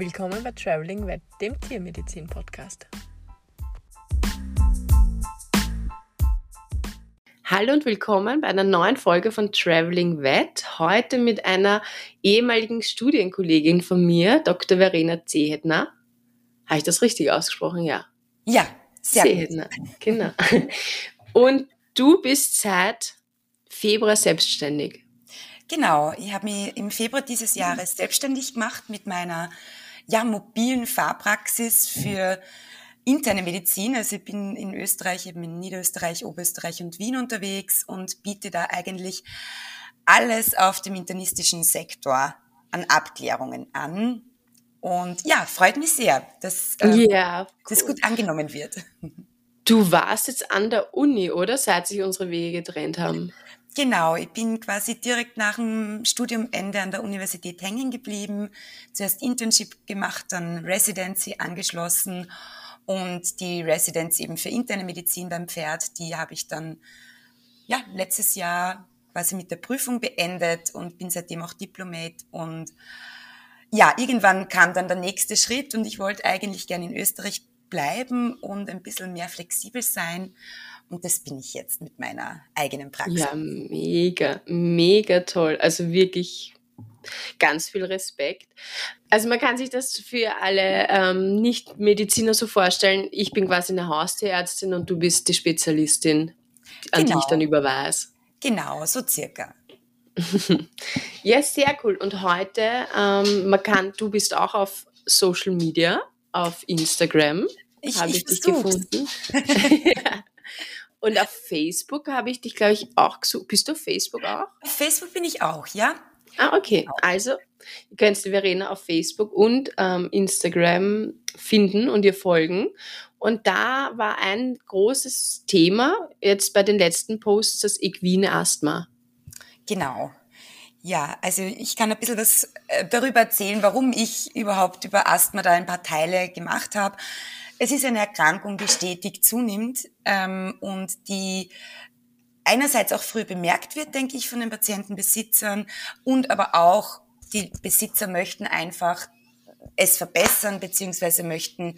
Willkommen bei Traveling Vet, dem Tiermedizin-Podcast. Hallo und willkommen bei einer neuen Folge von Traveling Vet. Heute mit einer ehemaligen Studienkollegin von mir, Dr. Verena Zehedner. Habe ich das richtig ausgesprochen? Ja. Ja, sehr Zehedner, genau. Und du bist seit Februar selbstständig. Genau, ich habe mich im Februar dieses Jahres selbstständig gemacht mit meiner mobilen Fahrpraxis für interne Medizin. Also ich bin in Österreich, eben in Niederösterreich, Oberösterreich und Wien unterwegs und biete da eigentlich alles auf dem internistischen Sektor an Abklärungen an. Und ja, freut mich sehr, dass das gut angenommen wird. Du warst jetzt an der Uni, oder? Seit sich unsere Wege getrennt haben. Genau, ich bin quasi direkt nach dem Studiumende an der Universität hängen geblieben. Zuerst Internship gemacht, dann Residency angeschlossen und die Residency eben für interne Medizin beim Pferd, die habe ich dann letztes Jahr quasi mit der Prüfung beendet und bin seitdem auch Diplomate. Und ja, irgendwann kam dann der nächste Schritt und ich wollte eigentlich gerne in Österreich bleiben und ein bisschen mehr flexibel sein. Und das bin ich jetzt mit meiner eigenen Praxis. Ja, mega, mega toll. Also wirklich ganz viel Respekt. Also man kann sich das für alle Nicht-Mediziner so vorstellen, ich bin quasi eine Haustierärztin und du bist die Spezialistin, an die ich dann überweise. Genau, so circa. Ja, sehr cool. Und heute, du bist auch auf Social Media, auf Instagram, habe ich dich gefunden. Und auf Facebook habe ich dich, glaube ich, auch gesucht. Bist du auf Facebook auch? Auf Facebook bin ich auch, ja. Ah, okay. Also, ihr könnt die Verena auf Facebook und Instagram finden und ihr folgen. Und da war ein großes Thema jetzt bei den letzten Posts das equine Asthma. Genau. Ja, also ich kann ein bisschen was darüber erzählen, warum ich überhaupt über Asthma da ein paar Teile gemacht habe. Es ist eine Erkrankung, die stetig zunimmt und die einerseits auch früh bemerkt wird, denke ich, von den Patientenbesitzern und aber auch die Besitzer möchten einfach es verbessern, beziehungsweise möchten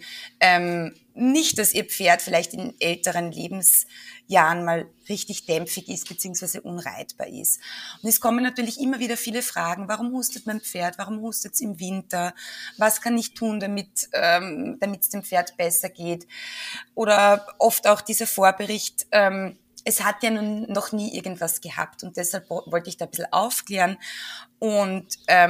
nicht, dass ihr Pferd vielleicht in älteren Lebensjahren mal richtig dämpfig ist, beziehungsweise unreitbar ist. Und es kommen natürlich immer wieder viele Fragen, warum hustet mein Pferd, warum hustet es im Winter, was kann ich tun, damit es dem Pferd besser geht? Oder oft auch dieser Vorbericht, es hat ja nun noch nie irgendwas gehabt und deshalb wollte ich da ein bisschen aufklären und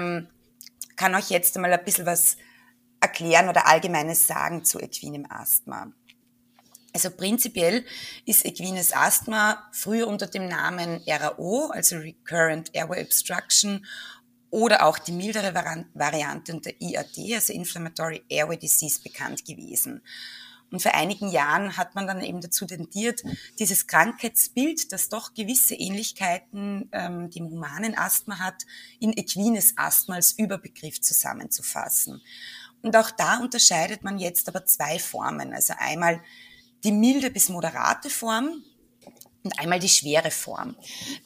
kann euch jetzt einmal ein bisschen was erklären oder Allgemeines sagen zu equinem Asthma. Also prinzipiell ist equines Asthma früher unter dem Namen RAO, also Recurrent Airway Obstruction, oder auch die mildere Variante unter IAD, also Inflammatory Airway Disease, bekannt gewesen. Und vor einigen Jahren hat man dann eben dazu tendiert, dieses Krankheitsbild, das doch gewisse Ähnlichkeiten dem humanen Asthma hat, in equines Asthma als Überbegriff zusammenzufassen. Und auch da unterscheidet man jetzt aber zwei Formen. Also einmal die milde bis moderate Form und einmal die schwere Form.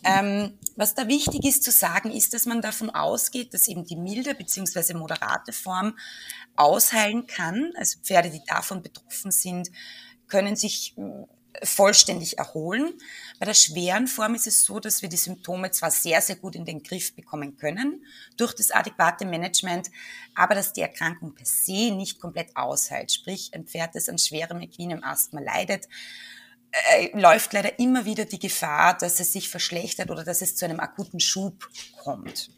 Was da wichtig ist zu sagen, ist, dass man davon ausgeht, dass eben die milde bzw. moderate Form ausheilen kann. Also Pferde, die davon betroffen sind, können sich vollständig erholen. Bei der schweren Form ist es so, dass wir die Symptome zwar sehr, sehr gut in den Griff bekommen können durch das adäquate Management, aber dass die Erkrankung per se nicht komplett ausheilt. Sprich, ein Pferd, das an schwerem equinem Asthma leidet, läuft leider immer wieder die Gefahr, dass es sich verschlechtert oder dass es zu einem akuten Schub kommt.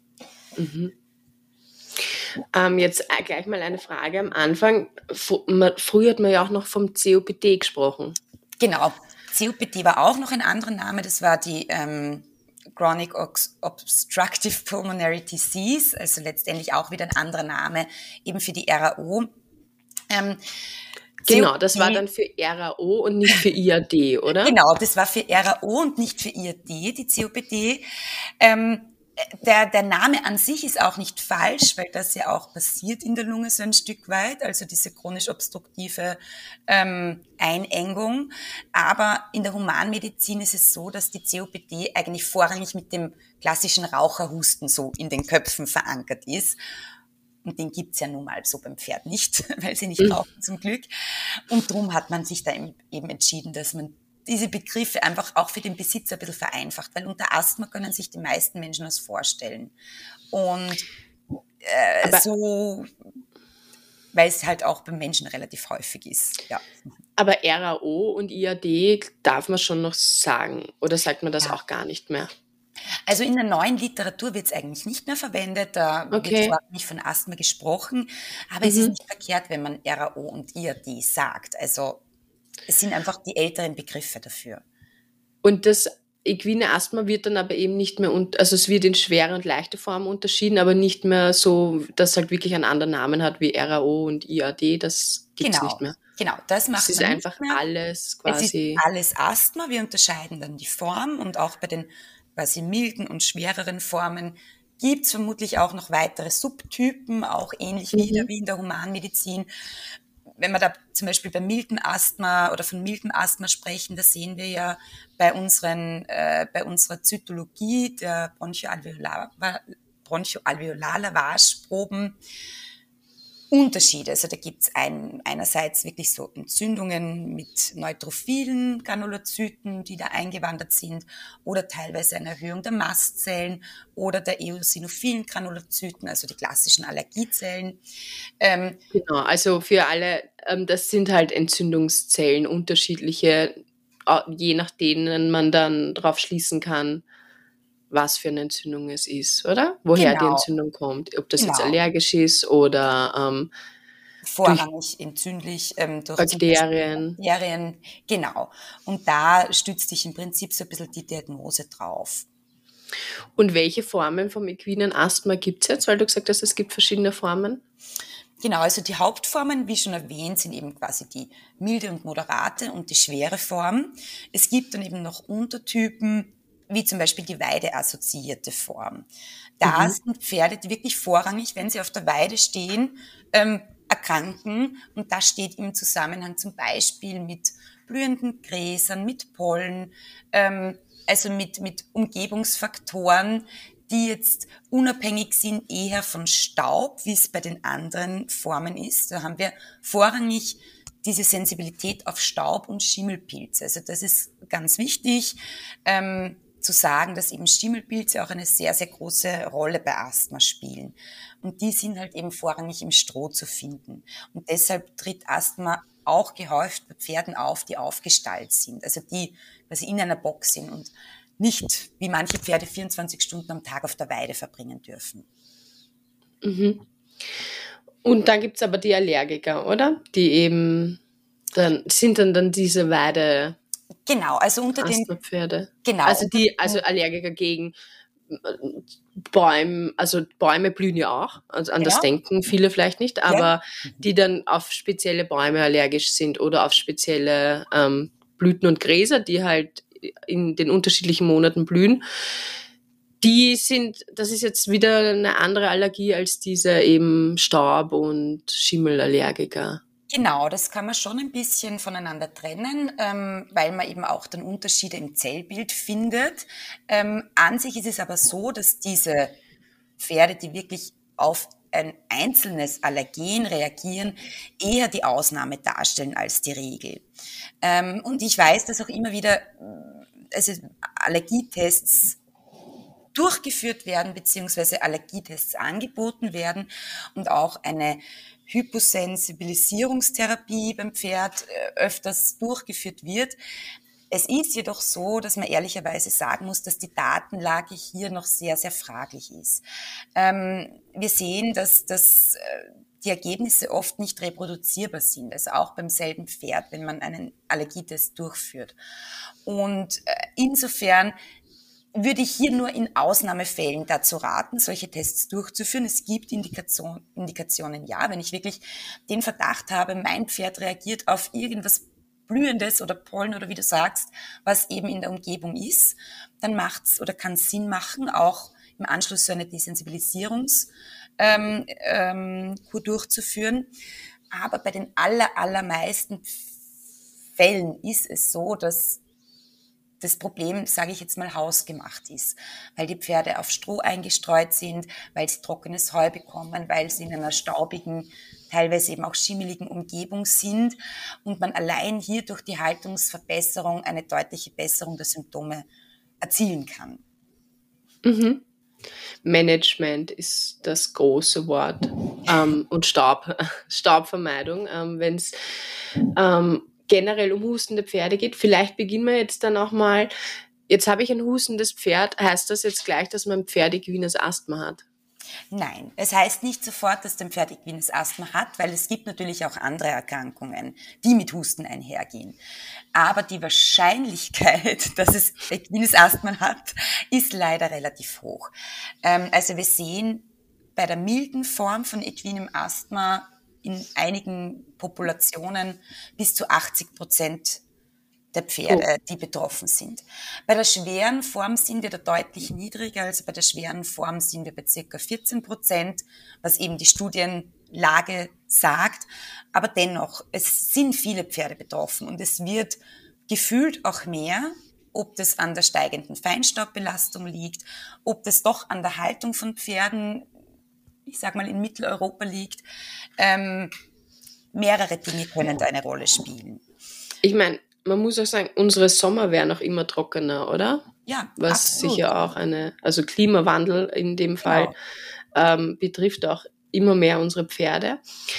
Mhm. Jetzt gleich mal eine Frage am Anfang. Früher hat man ja auch noch vom COPD gesprochen. Genau, COPD war auch noch ein anderer Name, das war die Chronic Obstructive Pulmonary Disease, also letztendlich auch wieder ein anderer Name, eben für die RAO. Genau, das war dann für RAO und nicht für IAD, oder? Genau, das war für RAO und nicht für IAD, die COPD. Der Name an sich ist auch nicht falsch, weil das ja auch passiert in der Lunge so ein Stück weit, also diese chronisch obstruktive Einengung. Aber in der Humanmedizin ist es so, dass die COPD eigentlich vorrangig mit dem klassischen Raucherhusten so in den Köpfen verankert ist. Und den gibt's ja nun mal so beim Pferd nicht, weil sie nicht rauchen zum Glück. Und darum hat man sich da eben entschieden, dass man diese Begriffe einfach auch für den Besitzer ein bisschen vereinfacht, weil unter Asthma können sich die meisten Menschen das vorstellen. Und Aber, so, weil es halt auch beim Menschen relativ häufig ist. Ja. aber RAO und IAD darf man schon noch sagen, oder sagt man das Ja. auch gar nicht mehr? Also in der neuen Literatur wird es eigentlich nicht mehr verwendet, da wird Okay. vorrangig von Asthma gesprochen, aber es ist Mhm. nicht verkehrt, wenn man RAO und IAD sagt. Also es sind einfach die älteren Begriffe dafür. Und das equine Asthma wird dann aber eben nicht mehr, also es wird in schwere und leichte Formen unterschieden, aber nicht mehr so, dass es halt wirklich einen anderen Namen hat wie RAO und IAD, das gibt's nicht Genau, mehr. genau, das Es macht ist man nicht einfach mehr. alles Es ist quasi. alles Asthma. Wir unterscheiden dann die Form und auch bei den quasi milden und schwereren Formen gibt es vermutlich auch noch weitere Subtypen, auch ähnlich wieder Mhm. wie in der Humanmedizin. Wenn wir da zum Beispiel bei milden Asthma oder von milden Asthma sprechen, da sehen wir ja bei bei unserer Zytologie der Bronchoalveolar-Lavageproben Unterschiede. Also da gibt es einerseits wirklich so Entzündungen mit neutrophilen Granulozyten, die da eingewandert sind, oder teilweise eine Erhöhung der Mastzellen oder der eosinophilen Granulozyten, also die klassischen Allergiezellen. Genau, also für alle, das sind halt Entzündungszellen, unterschiedliche, je nach denen man dann drauf schließen kann, was für eine Entzündung es ist, oder? Woher die Genau, Entzündung kommt, ob das jetzt genau. allergisch ist oder durch Vorrangig entzündlich durch zum Beispiel Bakterien. Bakterien. Genau. Und da stützt sich im Prinzip so ein bisschen die Diagnose drauf. Und welche Formen vom equinen Asthma gibt es jetzt? Weil du gesagt hast, es gibt verschiedene Formen. Genau, also die Hauptformen, wie schon erwähnt, sind eben quasi die milde und moderate und die schwere Form. Es gibt dann eben noch Untertypen, wie zum Beispiel die weideassoziierte Form. Da Mhm. sind Pferde, die wirklich vorrangig, wenn sie auf der Weide stehen, erkranken. Und das steht im Zusammenhang zum Beispiel mit blühenden Gräsern, mit Pollen, also mit Umgebungsfaktoren, die jetzt unabhängig sind eher von Staub, wie es bei den anderen Formen ist. Da haben wir vorrangig diese Sensibilität auf Staub und Schimmelpilze. Also das ist ganz wichtig zu sagen, dass eben Schimmelpilze auch eine sehr, sehr große Rolle bei Asthma spielen. Und die sind halt eben vorrangig im Stroh zu finden. Und deshalb tritt Asthma auch gehäuft bei Pferden auf, die aufgestallt sind, also die quasi in einer Box sind und nicht, wie manche Pferde 24 Stunden am Tag auf der Weide verbringen dürfen. Mhm. Und dann gibt es aber die Allergiker, oder? Die eben dann sind dann diese Genau, also unter den, Weide-Asthma-Pferde. genau, Also unter die, also den, Allergiker gegen Bäume, also Bäume blühen ja auch, also an das genau, denken viele vielleicht nicht, ja, aber die dann auf spezielle Bäume allergisch sind oder auf spezielle Blüten und Gräser, die halt in den unterschiedlichen Monaten blühen. Das ist jetzt wieder eine andere Allergie als diese eben Staub- und Schimmelallergiker. genau, das kann man schon ein bisschen voneinander trennen, weil man eben auch dann Unterschiede im Zellbild findet. An sich ist es aber so, dass diese Pferde, die wirklich auf ein einzelnes Allergen reagieren, eher die Ausnahme darstellen als die Regel. Und ich weiß, dass auch immer wieder also Allergietests durchgeführt werden, beziehungsweise Allergietests angeboten werden und auch eine Hyposensibilisierungstherapie beim Pferd öfters durchgeführt wird. Es ist jedoch so, dass man ehrlicherweise sagen muss, dass die Datenlage hier noch sehr, sehr fraglich ist. Wir sehen, dass die Ergebnisse oft nicht reproduzierbar sind, also auch beim selben Pferd, wenn man einen Allergietest durchführt. Und insofern würde ich hier nur in Ausnahmefällen dazu raten, solche Tests durchzuführen. Es gibt Indikationen, ja, wenn ich wirklich den Verdacht habe, mein Pferd reagiert auf irgendwas Blühendes oder Pollen oder wie du sagst, was eben in der Umgebung ist, dann macht's oder kann es Sinn machen, auch im Anschluss so eine Desensibilisierungskur durchzuführen. Aber bei den allermeisten Fällen ist es so, dass das Problem, sage ich jetzt mal, hausgemacht ist, weil die Pferde auf Stroh eingestreut sind, weil sie trockenes Heu bekommen, weil sie in einer staubigen, teilweise eben auch schimmeligen Umgebung sind und man allein hier durch die Haltungsverbesserung eine deutliche Besserung der Symptome erzielen kann. Mhm. Management ist das große Wort. Und Staubvermeidung, wenn es generell um hustende Pferde geht. Vielleicht beginnen wir jetzt dann auch mal. Jetzt habe ich ein hustendes Pferd. Heißt das jetzt gleich, dass mein Pferd equines Asthma hat? Nein, es heißt nicht sofort, dass dein Pferd equines Asthma hat, weil es gibt natürlich auch andere Erkrankungen, die mit Husten einhergehen. Aber die Wahrscheinlichkeit, dass es equines Asthma hat, ist leider relativ hoch. Also wir sehen bei der milden Form von equinem Asthma in einigen Populationen bis zu 80% der Oh. Pferde, die betroffen sind. Bei der schweren Form sind wir da deutlich niedriger, also bei der schweren Form sind wir bei circa 14%, was eben die Studienlage sagt. Aber dennoch, es sind viele Pferde betroffen und es wird gefühlt auch mehr, ob das an der steigenden Feinstaubbelastung liegt, ob das doch an der Haltung von Pferden, ich sag mal in Mitteleuropa liegt. Mehrere Dinge können da eine Rolle spielen. Ich meine, man muss auch sagen, unsere Sommer werden auch immer trockener, oder? Ja, Was absolut. sicher auch also Klimawandel in dem Fall Genau. betrifft auch immer mehr unsere Pferde.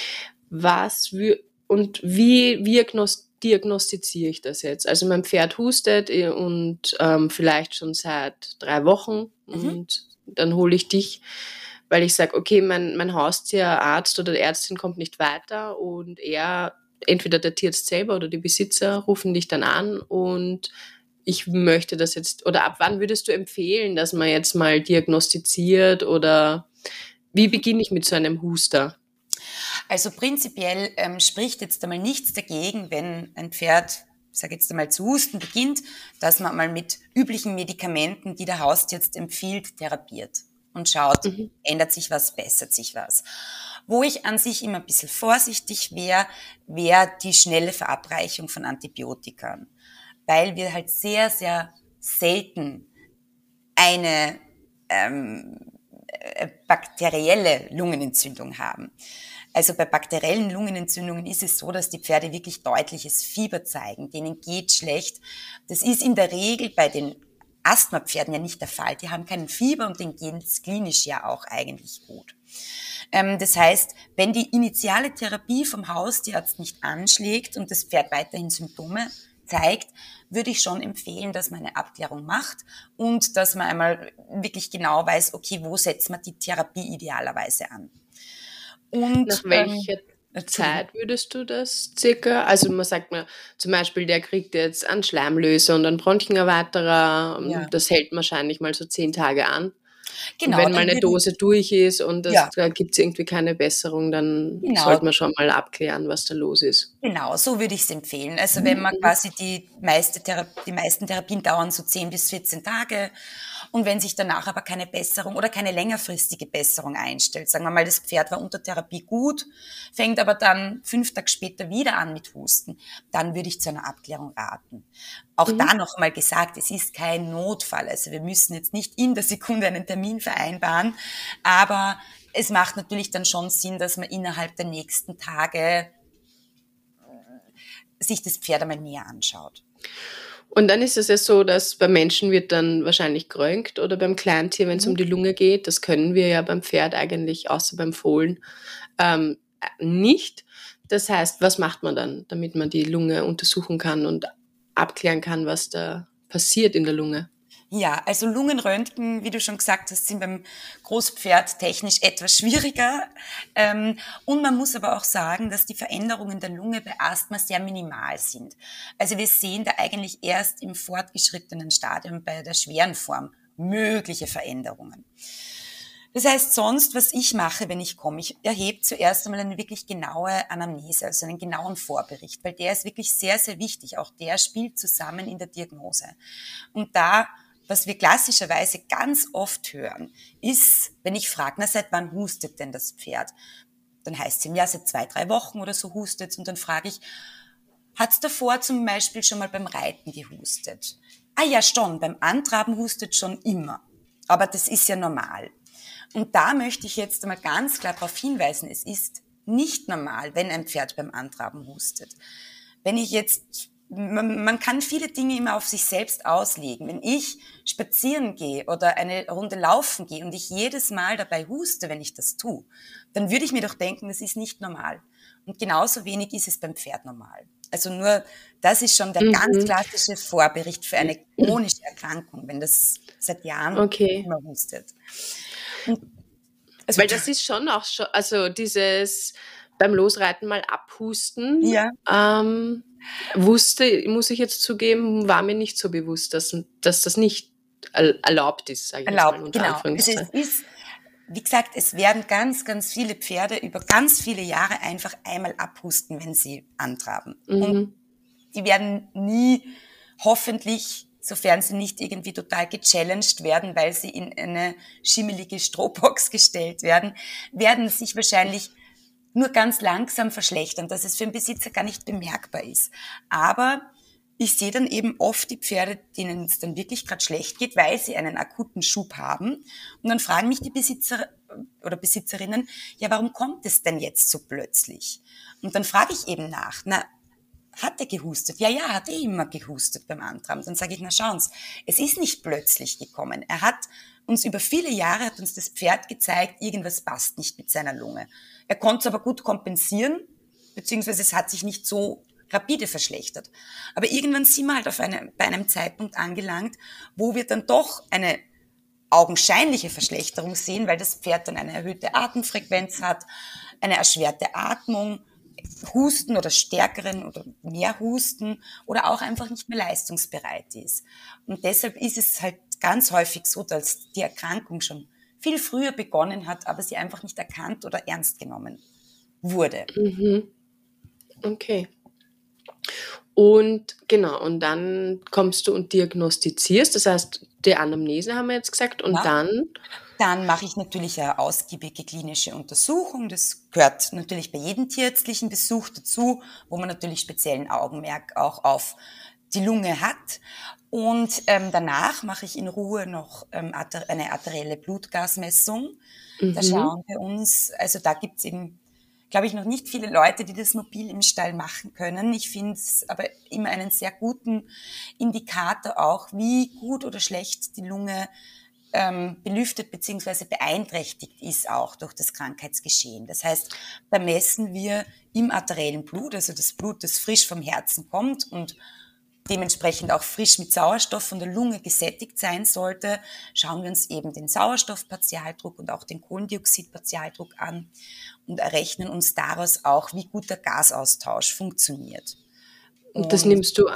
Und wie diagnostiziere ich das jetzt? Also mein Pferd hustet und vielleicht schon seit 3 Wochen Mhm. und dann hole ich dich, weil ich sage, okay, mein Haustierarzt oder die Ärztin kommt nicht weiter und entweder der Tierarzt selber oder die Besitzer rufen dich dann an und ich möchte das jetzt, oder ab wann würdest du empfehlen, dass man jetzt mal diagnostiziert oder wie beginne ich mit so einem Huster? Also prinzipiell spricht jetzt einmal nichts dagegen, wenn ein Pferd, ich sage jetzt einmal, zu husten beginnt, dass man mal mit üblichen Medikamenten, die der Haustierarzt empfiehlt, therapiert und schaut, Mhm. ändert sich was, bessert sich was. Wo ich an sich immer ein bisschen vorsichtig wäre die schnelle Verabreichung von Antibiotika, weil wir halt sehr, sehr selten eine bakterielle Lungenentzündung haben. Also bei bakteriellen Lungenentzündungen ist es so, dass die Pferde wirklich deutliches Fieber zeigen. Denen geht schlecht. Das ist in der Regel bei den Asthmapferden ja nicht der Fall. Die haben keinen Fieber und denen geht es klinisch ja auch eigentlich gut. Das heißt, wenn die initiale Therapie vom Haustierarzt nicht anschlägt und das Pferd weiterhin Symptome zeigt, würde ich schon empfehlen, dass man eine Abklärung macht und dass man einmal wirklich genau weiß, okay, wo setzt man die Therapie idealerweise an. Nach Und, welcher Entschuldigung. Zeit würdest du das circa? Also man sagt mir zum Beispiel, der kriegt jetzt einen Schleimlöser und einen Bronchenerweiterer. Ja, Das hält wahrscheinlich mal so 10 Tage an. Und genau, wenn mal dann eine würde Dose durch ist und ja, da gibt es irgendwie keine Besserung, dann genau, sollte man schon mal abklären, was da los ist. genau, so würde ich es empfehlen. Also wenn man Mhm. quasi die meisten Therapien dauern so 10 bis 14 Tage und wenn sich danach aber keine Besserung oder keine längerfristige Besserung einstellt, sagen wir mal, das Pferd war unter Therapie gut, fängt aber dann 5 Tage später wieder an mit Husten, dann würde ich zu einer Abklärung raten. Auch da Mhm. noch mal gesagt, es ist kein Notfall, also wir müssen jetzt nicht in der Sekunde einen Termin vereinbaren, aber es macht natürlich dann schon Sinn, dass man innerhalb der nächsten Tage sich das Pferd einmal näher anschaut. Und dann ist es ja so, dass beim Menschen wird dann wahrscheinlich geröntgt oder beim Kleintier, wenn es Mhm. um die Lunge geht. Das können wir ja beim Pferd eigentlich, außer beim Fohlen, nicht. Das heißt, was macht man dann, damit man die Lunge untersuchen kann und abklären kann, was da passiert in der Lunge? Ja, also Lungenröntgen, wie du schon gesagt hast, sind beim Großpferd technisch etwas schwieriger. Und man muss aber auch sagen, dass die Veränderungen der Lunge bei Asthma sehr minimal sind. Also wir sehen da eigentlich erst im fortgeschrittenen Stadium bei der schweren Form mögliche Veränderungen. Das heißt, sonst, was ich mache, wenn ich komme, ich erhebe zuerst einmal eine wirklich genaue Anamnese, also einen genauen Vorbericht, weil der ist wirklich sehr, sehr wichtig. Auch der spielt zusammen in der Diagnose. Und da, was wir klassischerweise ganz oft hören, ist, wenn ich frage, na, seit wann hustet denn das Pferd? Dann heißt es ihm, ja, seit 2, 3 Wochen oder so hustet es. Und dann frage ich, hat es davor zum Beispiel schon mal beim Reiten gehustet? Ah ja, schon, beim Antraben hustet schon immer. Aber das ist ja normal. Und da möchte ich jetzt einmal ganz klar darauf hinweisen, es ist nicht normal, wenn ein Pferd beim Antraben hustet. Wenn ich jetzt, man kann viele Dinge immer auf sich selbst auslegen. Wenn ich spazieren gehe oder eine Runde laufen gehe und ich jedes Mal dabei huste, wenn ich das tue, dann würde ich mir doch denken, das ist nicht normal. Und genauso wenig ist es beim Pferd normal. Also nur, das ist schon der ganz Mhm. klassische Vorbericht für eine chronische Erkrankung, wenn das seit Jahren Okay. immer hustet. Und also, Weil das ist schon auch schon, also dieses beim Losreiten mal abhusten, ja, muss ich jetzt zugeben, war mir nicht so bewusst, dass das nicht erlaubt ist, sage ich jetzt mal erlaubt, unter genau. Also es Anführungszeichen. ist, wie gesagt, es werden ganz, ganz viele Pferde über ganz viele Jahre einfach einmal abhusten, wenn sie antraben. Und Mhm. die werden nie, hoffentlich, sofern sie nicht irgendwie total gechallenged werden, weil sie in eine schimmelige Strohbox gestellt werden sich wahrscheinlich nur ganz langsam verschlechtern, dass es für den Besitzer gar nicht bemerkbar ist. Aber ich sehe dann eben oft die Pferde, denen es dann wirklich gerade schlecht geht, weil sie einen akuten Schub haben. Und dann fragen mich die Besitzer oder Besitzerinnen, ja, warum kommt es denn jetzt so plötzlich? Und dann frage ich eben nach, na, hat er gehustet? Ja, hat er immer gehustet beim Antraben. Dann sage ich, na schauen Sie, es ist nicht plötzlich gekommen. Er hat uns über viele Jahre, hat uns das Pferd gezeigt, irgendwas passt nicht mit seiner Lunge. Er konnte es aber gut kompensieren, beziehungsweise es hat sich nicht so rapide verschlechtert. Aber irgendwann sind wir halt bei einem Zeitpunkt angelangt, wo wir dann doch eine augenscheinliche Verschlechterung sehen, weil das Pferd dann eine erhöhte Atemfrequenz hat, eine erschwerte Atmung, Husten oder stärkeren oder mehr Husten oder auch einfach nicht mehr leistungsbereit ist. Und deshalb ist es halt ganz häufig so, dass die Erkrankung schon viel früher begonnen hat, aber sie einfach nicht erkannt oder ernst genommen wurde. Mhm. Okay. Und genau, und dann kommst du und diagnostizierst, das heißt, die Anamnese haben wir jetzt gesagt, und Ja. dann, Dann mache ich natürlich eine ausgiebige klinische Untersuchung. Das gehört natürlich bei jedem tierärztlichen Besuch dazu, wo man natürlich speziellen Augenmerk auch auf die Lunge hat. Und danach mache ich in Ruhe noch eine arterielle Blutgasmessung. Da mhm, schauen wir uns, also da gibt's eben, glaube ich, noch nicht viele Leute, die das mobil im Stall machen können. Ich finde es aber immer einen sehr guten Indikator auch, wie gut oder schlecht die Lunge belüftet bzw. beeinträchtigt ist auch durch das Krankheitsgeschehen. Das heißt, da messen wir im arteriellen Blut, also das Blut, das frisch vom Herzen kommt und dementsprechend auch frisch mit Sauerstoff von der Lunge gesättigt sein sollte, schauen wir uns eben den Sauerstoffpartialdruck und auch den Kohlendioxidpartialdruck an und errechnen uns daraus auch, wie gut der Gasaustausch funktioniert. und das Und nimmst du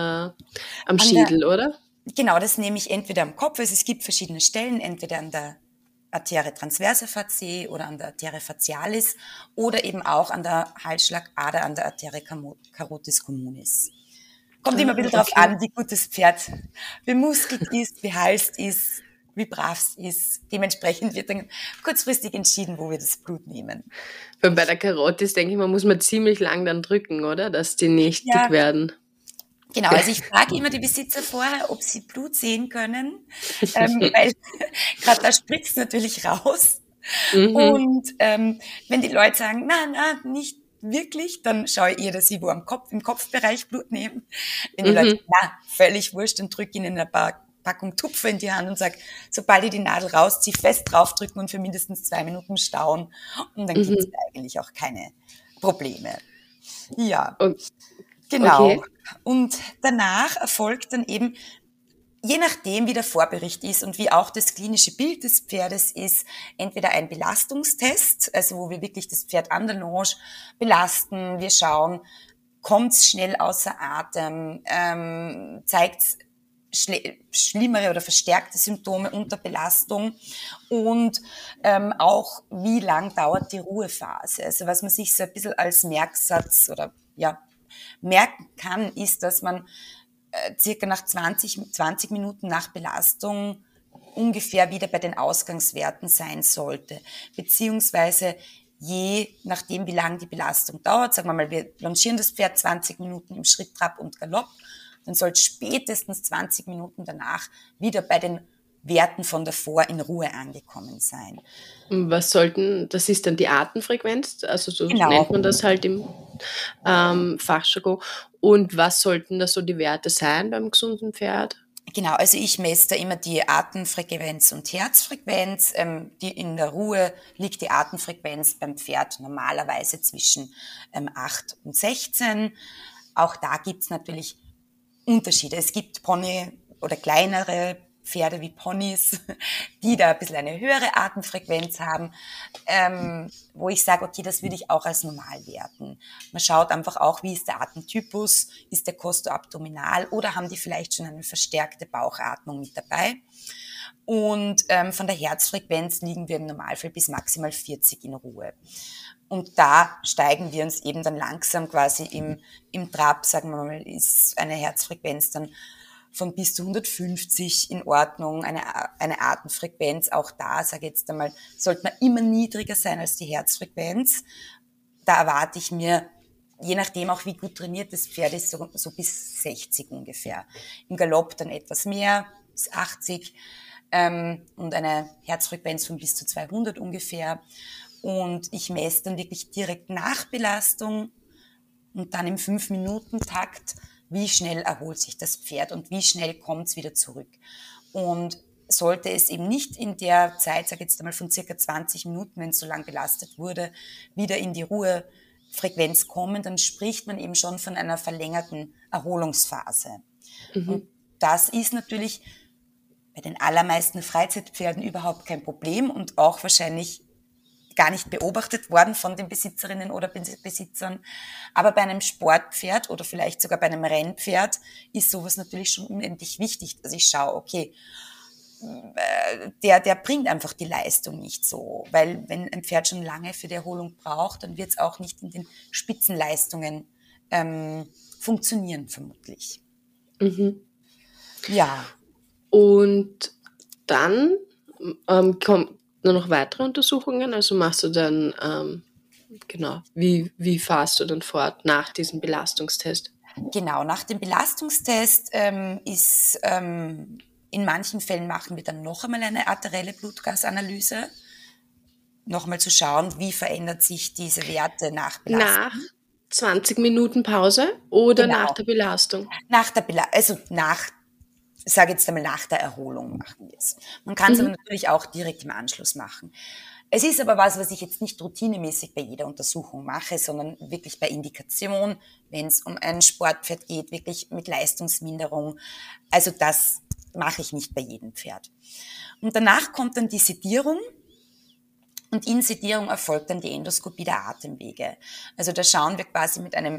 am an der Schädel, oder? Genau, das nehme ich entweder am Kopf, also es gibt verschiedene Stellen, entweder an der Arterie transversa faciae oder an der Arterie facialis oder eben auch an der Halsschlagader, an der Arterie carotis communis. Kommt immer ein Ah, bisschen drauf okay. an, wie gut das Pferd bemuskelt ist, behalst ist, wie brav es ist. Dementsprechend wird dann kurzfristig entschieden, wo wir das Blut nehmen. Weil bei der Karotis, denke ich mal, muss man ziemlich lang dann drücken, oder? Dass die nicht dick Ja, werden. genau, also ich frage immer die Besitzer vorher, ob sie Blut sehen können, weil gerade da spritzt natürlich raus. Mhm, Und wenn die Leute sagen, na, nicht wirklich, dann schaue ich eher, dass sie wo im Kopfbereich Blut nehmen. Wenn die Leute mhm, sagen, na, völlig wurscht, dann drücke ich ihnen ein paar Packung Tupfer in die Hand und sage, sobald ich die Nadel rausziehe, fest draufdrücken und für mindestens 2 Minuten stauen. Und dann gibt es mhm. eigentlich auch keine Probleme. Ja. O- Genau. Okay. Und danach erfolgt dann eben, je nachdem, wie der Vorbericht ist und wie auch das klinische Bild des Pferdes ist, entweder ein Belastungstest, also wo wir wirklich das Pferd an der Longe belasten, wir schauen, kommt es schnell außer Atem, zeigt es schlimmere oder verstärkte Symptome unter Belastung und auch, wie lang dauert die Ruhephase. Also was man sich so ein bisschen als Merksatz oder ja, merken kann, ist, dass man circa nach 20 Minuten nach Belastung ungefähr wieder bei den Ausgangswerten sein sollte. Beziehungsweise je nachdem, wie lange die Belastung dauert, sagen wir mal, wir longieren das Pferd 20 Minuten im Schritt, Trab und Galopp, dann soll spätestens 20 Minuten danach wieder bei den Werten von davor in Ruhe angekommen sein. Das ist dann die Atemfrequenz, also so nennt Genau. man das halt im Fachjargon. Und was sollten da so die Werte sein beim gesunden Pferd? Genau, also ich messe da immer die Atemfrequenz und Herzfrequenz. In der Ruhe liegt die Atemfrequenz beim Pferd normalerweise zwischen 8 und 16. Auch da gibt's natürlich Unterschiede. Es gibt Pony oder kleinere Pferde wie Ponys, die da ein bisschen eine höhere Atemfrequenz haben, wo ich sage, okay, das würde ich auch als normal werten. Man schaut einfach auch, wie ist der Atemtypus, ist der costoabdominal oder haben die vielleicht schon eine verstärkte Bauchatmung mit dabei. Und von der Herzfrequenz liegen wir im Normalfall bis maximal 40 in Ruhe. Und da steigen wir uns eben dann langsam quasi im Trab, sagen wir mal, ist eine Herzfrequenz dann von bis zu 150 in Ordnung, eine Atemfrequenz, auch da, sage ich jetzt einmal, sollte man immer niedriger sein als die Herzfrequenz. Da erwarte ich mir, je nachdem auch wie gut trainiert das Pferd ist, so bis 60 ungefähr. Im Galopp dann etwas mehr, bis 80 und eine Herzfrequenz von bis zu 200 ungefähr. Und ich messe dann wirklich direkt nach Belastung und dann im 5-Minuten-Takt, wie schnell erholt sich das Pferd und wie schnell kommt es wieder zurück. Und sollte es eben nicht in der Zeit, sage ich jetzt einmal von circa 20 Minuten, wenn es so lang belastet wurde, wieder in die Ruhefrequenz kommen, dann spricht man eben schon von einer verlängerten Erholungsphase. Und das ist natürlich bei den allermeisten Freizeitpferden überhaupt kein Problem und auch wahrscheinlich gar nicht beobachtet worden von den Besitzerinnen oder Besitzern. Aber bei einem Sportpferd oder vielleicht sogar bei einem Rennpferd ist sowas natürlich schon unendlich wichtig, dass ich schaue, okay, der bringt einfach die Leistung nicht so. Weil wenn ein Pferd schon lange für die Erholung braucht, dann wird es auch nicht in den Spitzenleistungen funktionieren, vermutlich. Ja. Und dann kommen nur noch weitere Untersuchungen, also machst du dann, wie fahrst du dann fort nach diesem Belastungstest? Genau, nach dem Belastungstest ist in manchen Fällen machen wir dann noch einmal eine arterielle Blutgasanalyse, nochmal zu schauen, wie verändert sich diese Werte nach Belastung. Nach 20 Minuten Pause oder nach Genau, der Belastung? sage jetzt einmal nach der Erholung machen wir es. Man kann es aber natürlich auch direkt im Anschluss machen. Es ist aber was ich jetzt nicht routinemäßig bei jeder Untersuchung mache, sondern wirklich bei Indikation, wenn es um ein Sportpferd geht, wirklich mit Leistungsminderung. Also das mache ich nicht bei jedem Pferd. Und danach kommt dann die Sedierung. Und in Sedierung erfolgt dann die Endoskopie der Atemwege. Also da schauen wir quasi mit einer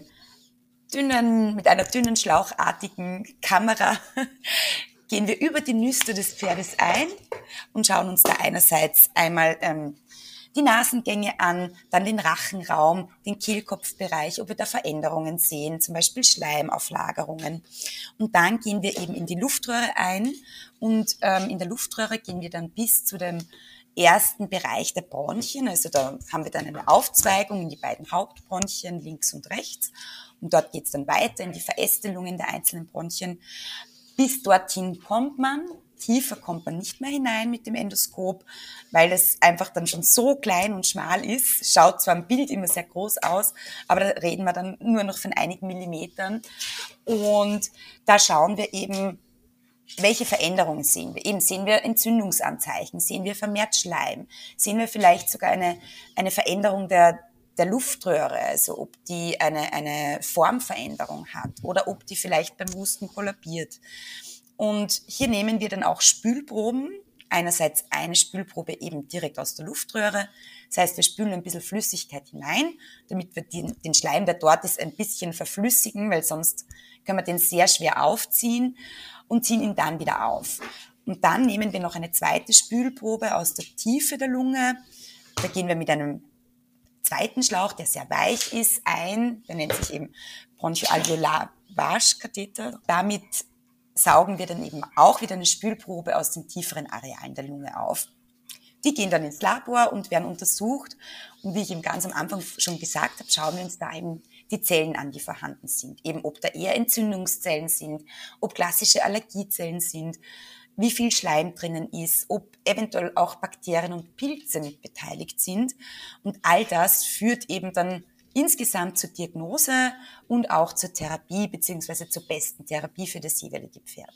dünnen, schlauchartigen Kamera, gehen wir über die Nüster des Pferdes ein und schauen uns da einerseits einmal die Nasengänge an, dann den Rachenraum, den Kehlkopfbereich, ob wir da Veränderungen sehen, zum Beispiel Schleimauflagerungen. Und dann gehen wir eben in die Luftröhre ein und in der Luftröhre gehen wir dann bis zu dem ersten Bereich der Bronchien. Also da haben wir dann eine Aufzweigung in die beiden Hauptbronchien, links und rechts. Und dort geht es dann weiter in die Verästelungen der einzelnen Bronchien. Bis dorthin kommt man. Tiefer kommt man nicht mehr hinein mit dem Endoskop, weil es einfach dann schon so klein und schmal ist. Schaut zwar im Bild immer sehr groß aus, aber da reden wir dann nur noch von einigen Millimetern. Und da schauen wir eben, welche Veränderungen sehen wir? Eben sehen wir Entzündungsanzeichen, sehen wir vermehrt Schleim, sehen wir vielleicht sogar eine Veränderung der Luftröhre, also ob die eine Formveränderung hat oder ob die vielleicht beim Husten kollabiert. Und hier nehmen wir dann auch Spülproben. Einerseits eine Spülprobe eben direkt aus der Luftröhre. Das heißt, wir spülen ein bisschen Flüssigkeit hinein, damit wir den Schleim, der dort ist, ein bisschen verflüssigen, weil sonst können wir den sehr schwer aufziehen und ziehen ihn dann wieder auf. Und dann nehmen wir noch eine zweite Spülprobe aus der Tiefe der Lunge. Da gehen wir mit einem zweiten Schlauch, der sehr weich ist, ein. Der nennt sich eben Bronchoalveolar-Waschkatheter. Damit saugen wir dann eben auch wieder eine Spülprobe aus den tieferen Arealen der Lunge auf. Die gehen dann ins Labor und werden untersucht. Und wie ich eben ganz am Anfang schon gesagt habe, schauen wir uns da eben die Zellen an, die vorhanden sind. Eben ob da eher Entzündungszellen sind, ob klassische Allergiezellen sind, wie viel Schleim drinnen ist, ob eventuell auch Bakterien und Pilze mit beteiligt sind. Und all das führt eben dann insgesamt zur Diagnose und auch zur Therapie beziehungsweise zur besten Therapie für das jeweilige Pferd.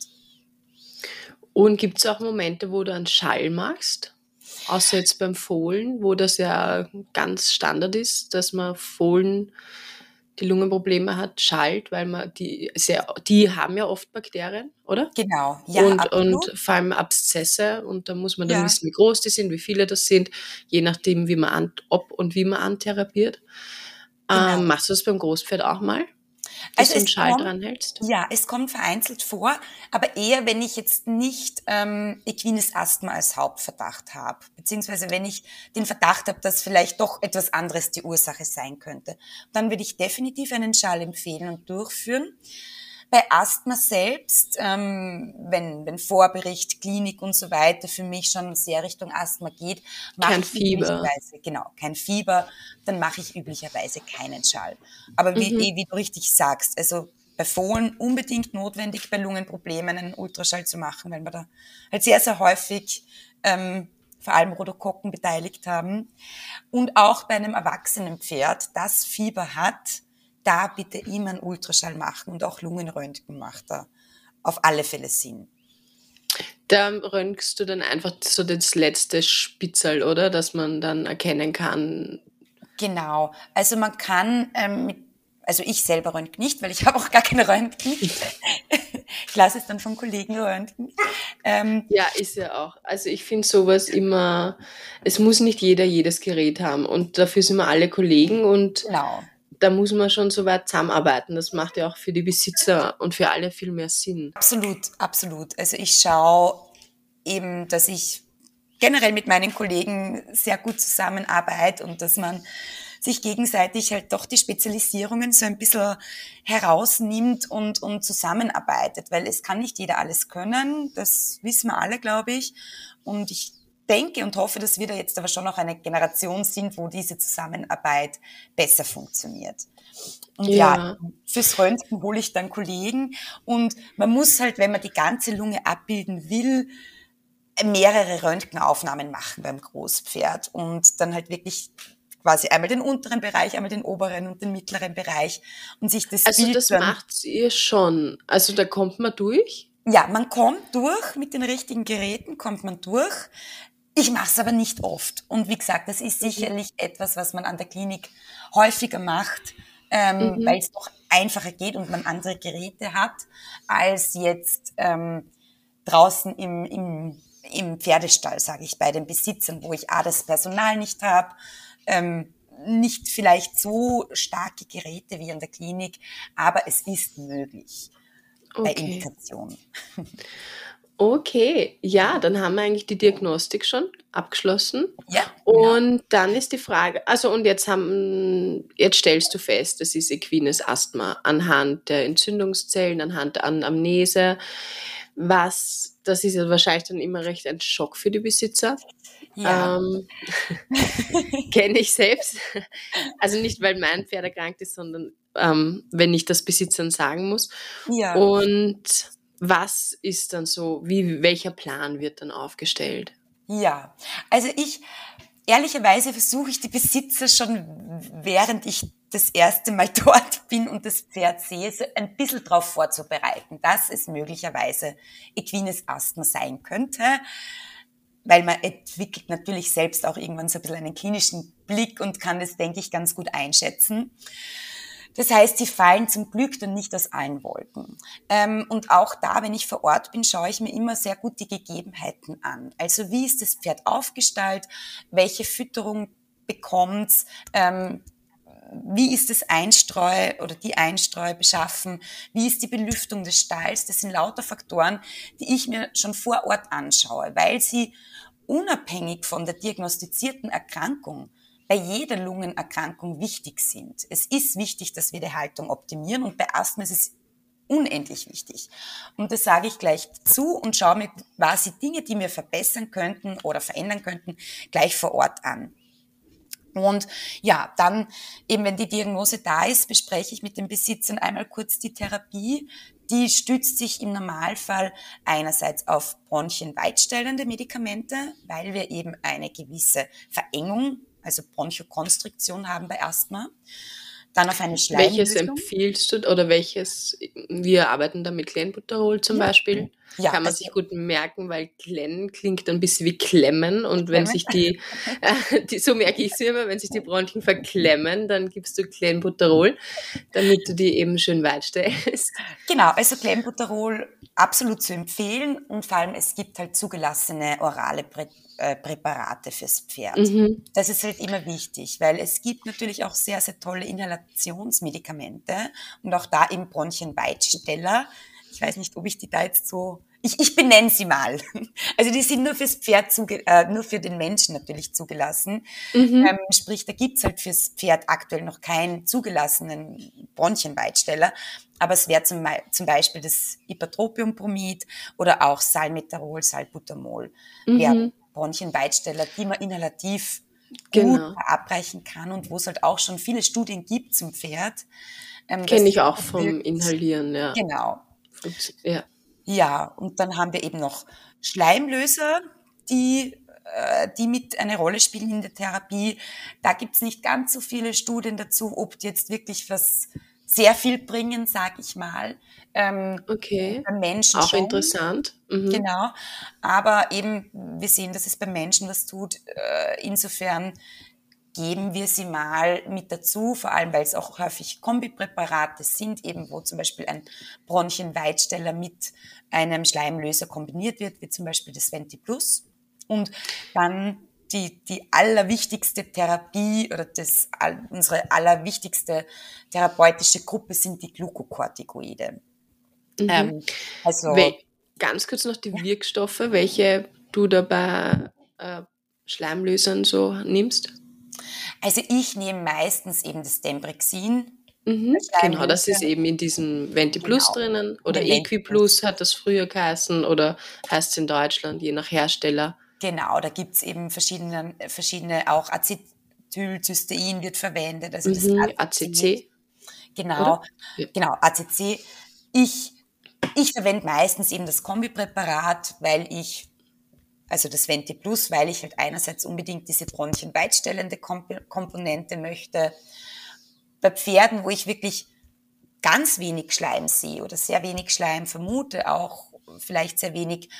Und gibt es auch Momente, wo du einen Schall machst? Außer jetzt beim Fohlen, wo das ja ganz Standard ist, dass man Fohlen, die Lungenprobleme hat, schallt, weil man die haben ja oft Bakterien, oder? Genau, ja, Und absolut. vor allem Abszesse, und da muss man dann Ja, wissen, wie groß die sind, wie viele das sind, je nachdem, ob und wie man antherapiert. genau. Machst du das beim Großpferd auch mal, dass Also du einen Schal dran hältst? es kommt vereinzelt vor, aber eher, wenn ich jetzt nicht equines Asthma als Hauptverdacht habe, beziehungsweise wenn ich den Verdacht habe, dass vielleicht doch etwas anderes die Ursache sein könnte. Dann würde ich definitiv einen Schal empfehlen und durchführen. Bei Asthma selbst, wenn Vorbericht, Klinik und so weiter für mich schon sehr Richtung Asthma geht, mache Kein ich Fieber. üblicherweise, genau, kein Fieber, dann mache ich üblicherweise keinen Schall. Aber Mhm. wie du richtig sagst, also bei Fohlen unbedingt notwendig, bei Lungenproblemen einen Ultraschall zu machen, weil wir da halt sehr, sehr häufig vor allem Rhodokokken beteiligt haben. Und auch bei einem erwachsenen Pferd, das Fieber hat, da bitte immer einen Ultraschall machen und auch Lungenröntgen macht da auf alle Fälle Sinn. Da röntgst du dann einfach so das letzte Spitzel, oder? Dass man dann erkennen kann. Genau. Also man kann also ich selber röntgen nicht, weil ich habe auch gar keine Röntgen. Ich lasse es dann von Kollegen röntgen. Ja, ist ja auch. Also ich finde sowas immer, es muss nicht jeder jedes Gerät haben, und dafür sind wir alle Kollegen, und Genau. da muss man schon so weit zusammenarbeiten. Das macht ja auch für die Besitzer und für alle viel mehr Sinn. Absolut, absolut. Also ich schaue eben, dass ich generell mit meinen Kollegen sehr gut zusammenarbeite und dass man sich gegenseitig halt doch die Spezialisierungen so ein bisschen herausnimmt und zusammenarbeitet, weil es kann nicht jeder alles können, das wissen wir alle, glaube ich. Und ich denke und hoffe, dass wir da jetzt aber schon noch eine Generation sind, wo diese Zusammenarbeit besser funktioniert. Und ja, Ja, fürs Röntgen hole ich dann Kollegen und man muss halt, wenn man die ganze Lunge abbilden will, mehrere Röntgenaufnahmen machen beim Großpferd und dann halt wirklich quasi einmal den unteren Bereich, einmal den oberen und den mittleren Bereich und sich das also Bild das dann, macht ihr schon. Also da kommt man durch. ja, man kommt durch, mit den richtigen Geräten kommt man durch. Ich mache es aber nicht oft. Und wie gesagt, das ist Mhm. sicherlich etwas, was man an der Klinik häufiger macht, Mhm. weil es doch einfacher geht und man andere Geräte hat, als jetzt draußen im Pferdestall, sage ich, bei den Besitzern, wo ich das Personal nicht habe, nicht vielleicht so starke Geräte wie an der Klinik, aber es ist möglich bei Okay. Indikation. Okay, ja, dann haben wir eigentlich die Diagnostik schon abgeschlossen. Ja, genau. Und dann ist die Frage, also und jetzt stellst du fest, es ist equines Asthma anhand der Entzündungszellen, anhand der Anamnese. Das ist ja wahrscheinlich dann immer recht ein Schock für die Besitzer. Ja, Ähm, Kenne ich selbst. Also nicht, weil mein Pferd erkrankt ist, sondern wenn ich das Besitzern sagen muss. ja. Und was ist dann so, welcher Plan wird dann aufgestellt? Ja, also ehrlicherweise versuche ich die Besitzer schon, während ich das erste Mal dort bin und das Pferd sehe, so ein bisschen darauf vorzubereiten, dass es möglicherweise equines Asthma sein könnte, weil man entwickelt natürlich selbst auch irgendwann so ein bisschen einen klinischen Blick und kann das, denke ich, ganz gut einschätzen. Das heißt, sie fallen zum Glück dann nicht aus allen Wolken. Und auch da, wenn ich vor Ort bin, schaue ich mir immer sehr gut die Gegebenheiten an. Also wie ist das Pferd aufgestellt? Welche Fütterung bekommt's? Wie ist das Einstreu oder die Einstreu beschaffen? Wie ist die Belüftung des Stalls? Das sind lauter Faktoren, die ich mir schon vor Ort anschaue, weil sie unabhängig von der diagnostizierten Erkrankung bei jeder Lungenerkrankung wichtig sind. Es ist wichtig, dass wir die Haltung optimieren und bei Asthma ist es unendlich wichtig. Und das sage ich gleich dazu und schaue mir quasi Dinge, die wir verbessern könnten oder verändern könnten, gleich vor Ort an. Und ja, dann eben, wenn die Diagnose da ist, bespreche ich mit den Besitzern einmal kurz die Therapie. Die stützt sich im Normalfall einerseits auf bronchienweitstellende Medikamente, weil wir eben eine gewisse Verengung, also Bronchokonstriktion haben bei Asthma. Dann auf eine Welches Schleimlösung. empfiehlst du oder welches, wir arbeiten da mit Clenbuterol zum Ja, Beispiel, ja, kann man also sich gut merken, weil Klen klingt ein bisschen wie Klemmen und wenn Klemmen. sich so merke ich es immer, wenn sich die Bronchien verklemmen, dann gibst du Clenbuterol, damit du die eben schön weit stellst. Genau, also Clenbuterol absolut zu empfehlen und vor allem es gibt halt zugelassene orale Präparate fürs Pferd. Mhm. Das ist halt immer wichtig, weil es gibt natürlich auch sehr, sehr tolle Inhalationsmedikamente und auch da eben Bronchienweitsteller. Ich weiß nicht, ob ich die da jetzt so, ich benenne sie mal. Also die sind nur fürs Pferd, nur für den Menschen natürlich zugelassen. Mhm. Sprich, da gibt's halt fürs Pferd aktuell noch keinen zugelassenen Bronchienweitsteller. Aber es wäre zum Beispiel das Ipratropiumbromid oder auch Salmeterol, Salbutamol, wären Mhm. Bronchienweitsteller, die man inhalativ gut Genau. verabreichen kann und wo es halt auch schon viele Studien gibt zum Pferd, dass Kenne das ich auch gut vom wirkt. Inhalieren, ja. Genau. Ja. Ja, und dann haben wir eben noch Schleimlöser, die mit eine Rolle spielen in der Therapie. Da gibt's nicht ganz so viele Studien dazu, ob die jetzt wirklich was sehr viel bringen, sag ich mal. Okay. Beim Menschen Auch schon, interessant. Mhm. genau. Aber eben, wir sehen, dass es beim Menschen was tut. Insofern geben wir sie mal mit dazu, vor allem weil es auch häufig Kombipräparate sind, eben wo zum Beispiel ein Bronchienweitsteller mit einem Schleimlöser kombiniert wird, wie zum Beispiel das VentiPlus. Und dann die allerwichtigste Therapie oder unsere allerwichtigste therapeutische Gruppe sind die Glukokortikoide. Mhm. Ähm, also Wel Ganz kurz noch die Wirkstoffe, welche du da bei Schleimlösern so nimmst? Also ich nehme meistens eben das Dembrexin Mhm. als Genau, das ist Schleimlöser, eben in diesem VentiPlus genau, drinnen in oder dem Ventilus. Equiplus hat das früher geheißen oder heißt es in Deutschland, je nach Hersteller. Genau, da gibt's eben verschiedene auch Acetylcystein wird verwendet, also das Mhm. ACC, ACC, oder? genau, Ja. genau, ACC. Ich, ich verwende meistens eben das Kombipräparat, also das VentiPlus, weil ich halt einerseits unbedingt diese bronchienweitstellende Komponente möchte. Bei Pferden, wo ich wirklich ganz wenig Schleim sehe oder sehr wenig Schleim vermute, auch vielleicht sehr wenig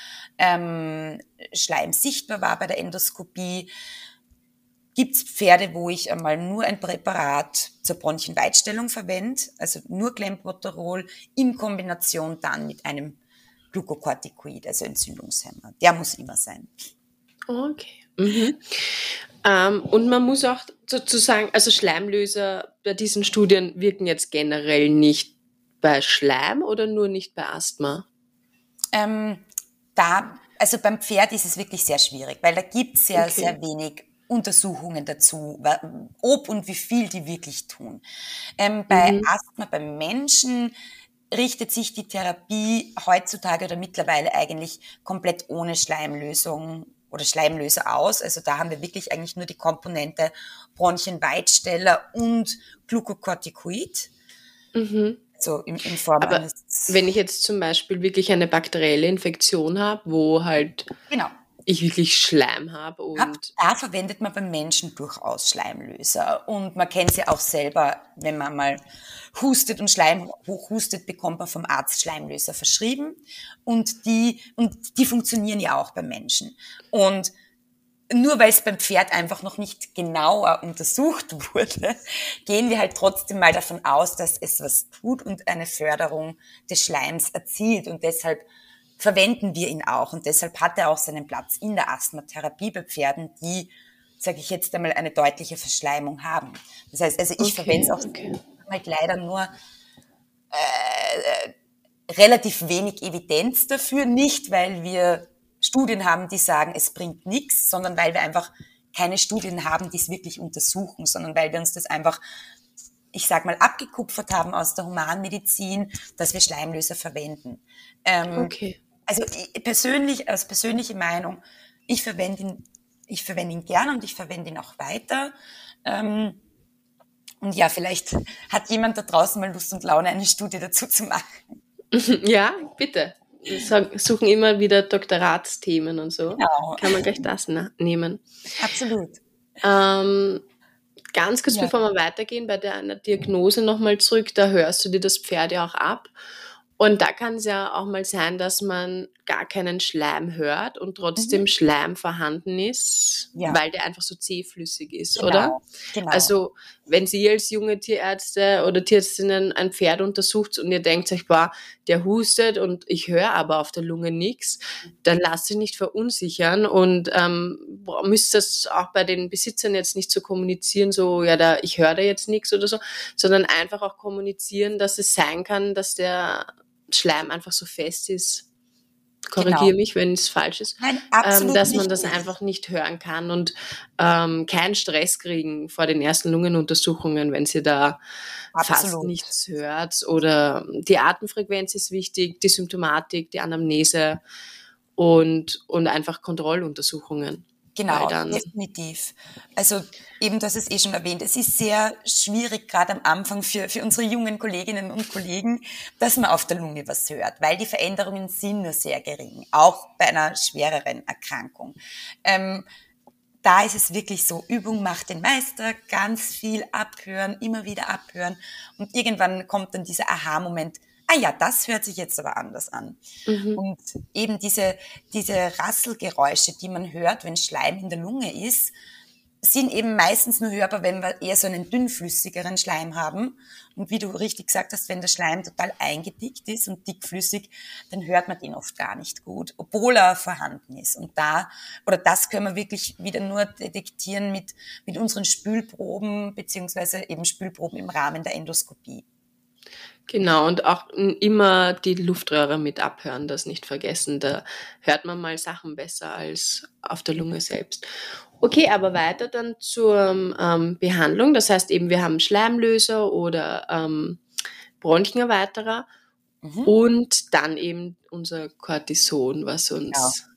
Schleim sichtbar war bei der Endoskopie, gibt's Pferde, wo ich einmal nur ein Präparat zur Bronchienweitstellung verwende, also nur Clenbuterol in Kombination dann mit einem Glukokortikoid, also Entzündungshemmer. Der muss immer sein. Okay. Mhm. Und man muss auch sozusagen, also Schleimlöser bei diesen Studien wirken jetzt generell nicht bei Schleim oder nur nicht bei Asthma? Ähm, also beim Pferd ist es wirklich sehr schwierig, weil da gibt es sehr, Okay. sehr wenig Untersuchungen dazu, ob und wie viel die wirklich tun. Bei Mhm. Asthma beim Menschen richtet sich die Therapie heutzutage oder mittlerweile eigentlich komplett ohne Schleimlösung oder Schleimlöser aus. Also da haben wir wirklich eigentlich nur die Komponente Bronchienweitsteller und Glukokortikoid, Mhm. so in Form Aber eines, wenn ich jetzt zum Beispiel wirklich eine bakterielle Infektion habe, wo halt genau. ich wirklich Schleim habe und Da verwendet man beim Menschen durchaus Schleimlöser. Und man kennt es ja auch selber, wenn man mal hustet und Schleim hochhustet, bekommt man vom Arzt Schleimlöser verschrieben. Und die funktionieren ja auch beim Menschen. Und nur weil es beim Pferd einfach noch nicht genauer untersucht wurde, gehen wir halt trotzdem mal davon aus, dass es was tut und eine Förderung des Schleims erzielt. Und deshalb verwenden wir ihn auch. Und deshalb hat er auch seinen Platz in der Asthmatherapie bei Pferden, die, sage ich jetzt einmal, eine deutliche Verschleimung haben. Das heißt, also ich verwende es okay, auch okay. halt leider nur relativ wenig Evidenz dafür, nicht weil wir Studien haben, die sagen, es bringt nichts, sondern weil wir einfach keine Studien haben, die es wirklich untersuchen, sondern weil wir uns das einfach, ich sag mal, abgekupfert haben aus der Humanmedizin, dass wir Schleimlöser verwenden. Okay. Also persönlich, als persönliche Meinung, ich verwende ihn, ich verwende ihn gern und ich verwende ihn auch weiter. Und ja, vielleicht hat jemand da draußen mal Lust und Laune, eine Studie dazu zu machen. Ja, bitte. Wir suchen immer wieder Doktoratsthemen und so. Genau, Kann man gleich das nehmen. absolut. Ähm, Ganz kurz, Ja. bevor wir weitergehen, bei deiner Diagnose nochmal zurück, da hörst du dir das Pferd ja auch ab. Und da kann es ja auch mal sein, dass man gar keinen Schleim hört und trotzdem Mhm. Schleim vorhanden ist, Ja, weil der einfach so zähflüssig ist, oder? genau, genau. Also, wenn Sie als junge Tierärzte oder Tierärztinnen ein Pferd untersucht und ihr denkt euch, boah, der hustet und ich höre aber auf der Lunge nichts, dann lasst euch nicht verunsichern und müsst das auch bei den Besitzern jetzt nicht so kommunizieren, so, ja, ich höre da jetzt nichts oder so, sondern einfach auch kommunizieren, dass es sein kann, dass der Schleim einfach so fest ist. Genau. Korrigiere mich, wenn es falsch ist, Nein, absolut dass man das richtig. einfach nicht hören kann und keinen Stress kriegen vor den ersten Lungenuntersuchungen, wenn sie da fast Absolut. nichts hört. Oder die Atemfrequenz ist wichtig, die Symptomatik, die Anamnese und einfach Kontrolluntersuchungen. Weil Genau, dann, definitiv. Also eben, das ist schon erwähnt. Es ist sehr schwierig, gerade am Anfang für unsere jungen Kolleginnen und Kollegen, dass man auf der Lunge was hört, weil die Veränderungen sind nur sehr gering, auch bei einer schwereren Erkrankung. Da ist es wirklich so, Übung macht den Meister, ganz viel abhören, immer wieder abhören und irgendwann kommt dann dieser Aha-Moment, ah ja, das hört sich jetzt aber anders an. mhm. Und eben diese Rasselgeräusche, die man hört, wenn Schleim in der Lunge ist, sind eben meistens nur hörbar, wenn wir eher so einen dünnflüssigeren Schleim haben. Und wie du richtig gesagt hast, wenn der Schleim total eingedickt ist und dickflüssig, dann hört man den oft gar nicht gut, obwohl er vorhanden ist. Und das können wir wirklich wieder nur detektieren mit unseren Spülproben, beziehungsweise eben Spülproben im Rahmen der Endoskopie. Genau, und auch immer die Luftröhre mit abhören, das nicht vergessen. Da hört man mal Sachen besser als auf der Lunge selbst. Okay, aber weiter dann zur Behandlung. Das heißt eben, wir haben Schleimlöser oder Bronchenerweiterer Mhm. und dann eben unser Cortison, was Genau. uns,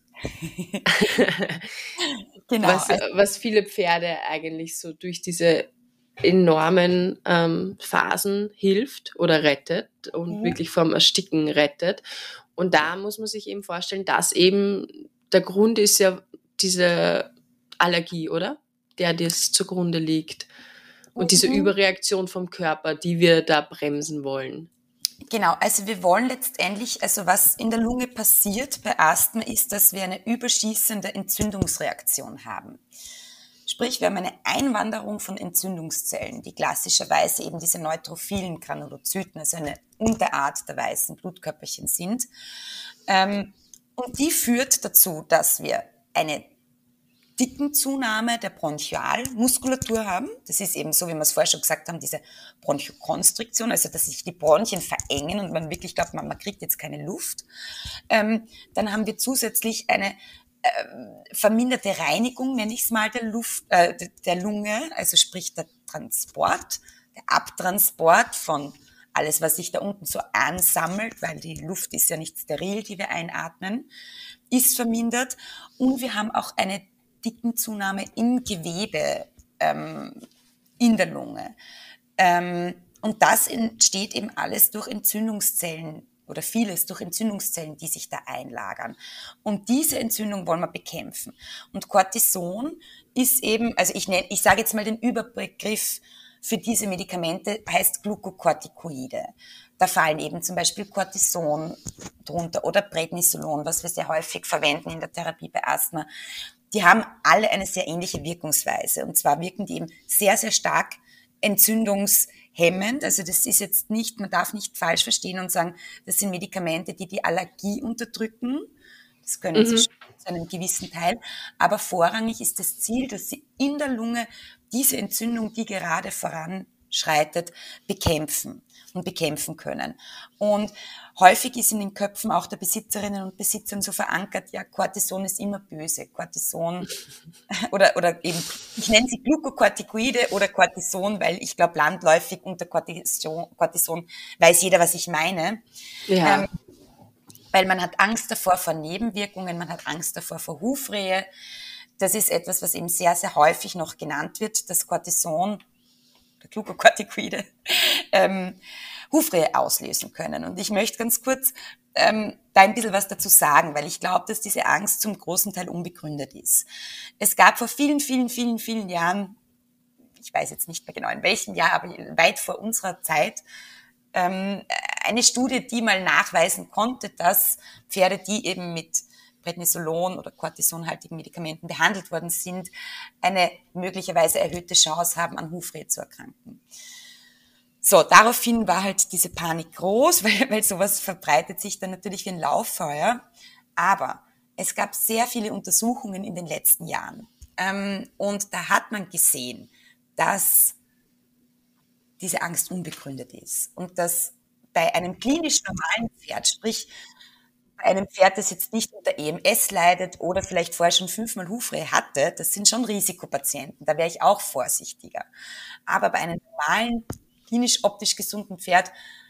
Genau. was viele Pferde eigentlich so durch diese enormen Phasen hilft oder rettet und Mhm. wirklich vom Ersticken rettet. Und da muss man sich eben vorstellen, dass eben der Grund ist ja diese Allergie, oder? Der das zugrunde liegt. Und diese Mhm. Überreaktion vom Körper, die wir da bremsen wollen. Genau, also wir wollen letztendlich, also was in der Lunge passiert bei Asthma ist, dass wir eine überschießende Entzündungsreaktion haben. Sprich, wir haben eine Einwanderung von Entzündungszellen, die klassischerweise eben diese neutrophilen Granulozyten, also eine Unterart der weißen Blutkörperchen sind. Und die führt dazu, dass wir eine Dickenzunahme der Bronchialmuskulatur haben. Das ist eben so, wie wir es vorher schon gesagt haben, diese Bronchokonstriktion, also dass sich die Bronchien verengen und man wirklich glaubt, man kriegt jetzt keine Luft. Dann haben wir zusätzlich eine verminderte Reinigung, nenne ich es mal, der Lunge, also sprich der Transport, der Abtransport von alles, was sich da unten so ansammelt, weil die Luft ist ja nicht steril, die wir einatmen, ist vermindert. Und wir haben auch eine Dickenzunahme im Gewebe in der Lunge. Und das entsteht eben alles durch Entzündungszellen oder vieles durch Entzündungszellen, die sich da einlagern. Und diese Entzündung wollen wir bekämpfen. Und Cortison ist eben, also ich sage jetzt mal den Überbegriff für diese Medikamente, heißt Glukokortikoide. Da fallen eben zum Beispiel Cortison drunter oder Prednisolon, was wir sehr häufig verwenden in der Therapie bei Asthma. Die haben alle eine sehr ähnliche Wirkungsweise. Und zwar wirken die eben sehr, sehr stark entzündungshemmend. Also das ist jetzt nicht, man darf nicht falsch verstehen und sagen, das sind Medikamente, die die Allergie unterdrücken. Das können sie Mhm. schon zu einem gewissen Teil. Aber vorrangig ist das Ziel, dass sie in der Lunge diese Entzündung, die gerade voranschreitet, bekämpfen und bekämpfen können. Und häufig ist in den Köpfen auch der Besitzerinnen und Besitzern so verankert, ja, Cortison ist immer böse. Cortison oder eben, ich nenne sie Glukokortikoide oder Cortison, weil ich glaube, landläufig unter Cortison weiß jeder, was ich meine. Ja. Weil man hat Angst davor vor Nebenwirkungen, man hat Angst davor vor Hufrehe. das ist etwas, was eben sehr, sehr häufig noch genannt wird, das Cortison, der Glucocorticoide, Hufrehe auslösen können. Und ich möchte ganz kurz da ein bisschen was dazu sagen, weil ich glaube, dass diese Angst zum großen Teil unbegründet ist. Es gab vor vielen, vielen, vielen, vielen Jahren, ich weiß jetzt nicht mehr genau in welchem Jahr, aber weit vor unserer Zeit, eine Studie, die mal nachweisen konnte, dass Pferde, die eben mit Prednisolon oder cortisonhaltigen Medikamenten behandelt worden sind, eine möglicherweise erhöhte Chance haben, an Hufrehe zu erkranken. So, daraufhin war halt diese Panik groß, weil sowas verbreitet sich dann natürlich wie ein Lauffeuer. Aber es gab sehr viele Untersuchungen in den letzten Jahren. Und da hat man gesehen, dass diese Angst unbegründet ist. Und dass bei einem klinisch normalen Pferd, sprich bei einem Pferd, das jetzt nicht unter EMS leidet oder vielleicht vorher schon 5-mal Hufrehe hatte, das sind schon Risikopatienten, da wäre ich auch vorsichtiger. Aber bei einem normalen, klinisch optisch gesunden Pferd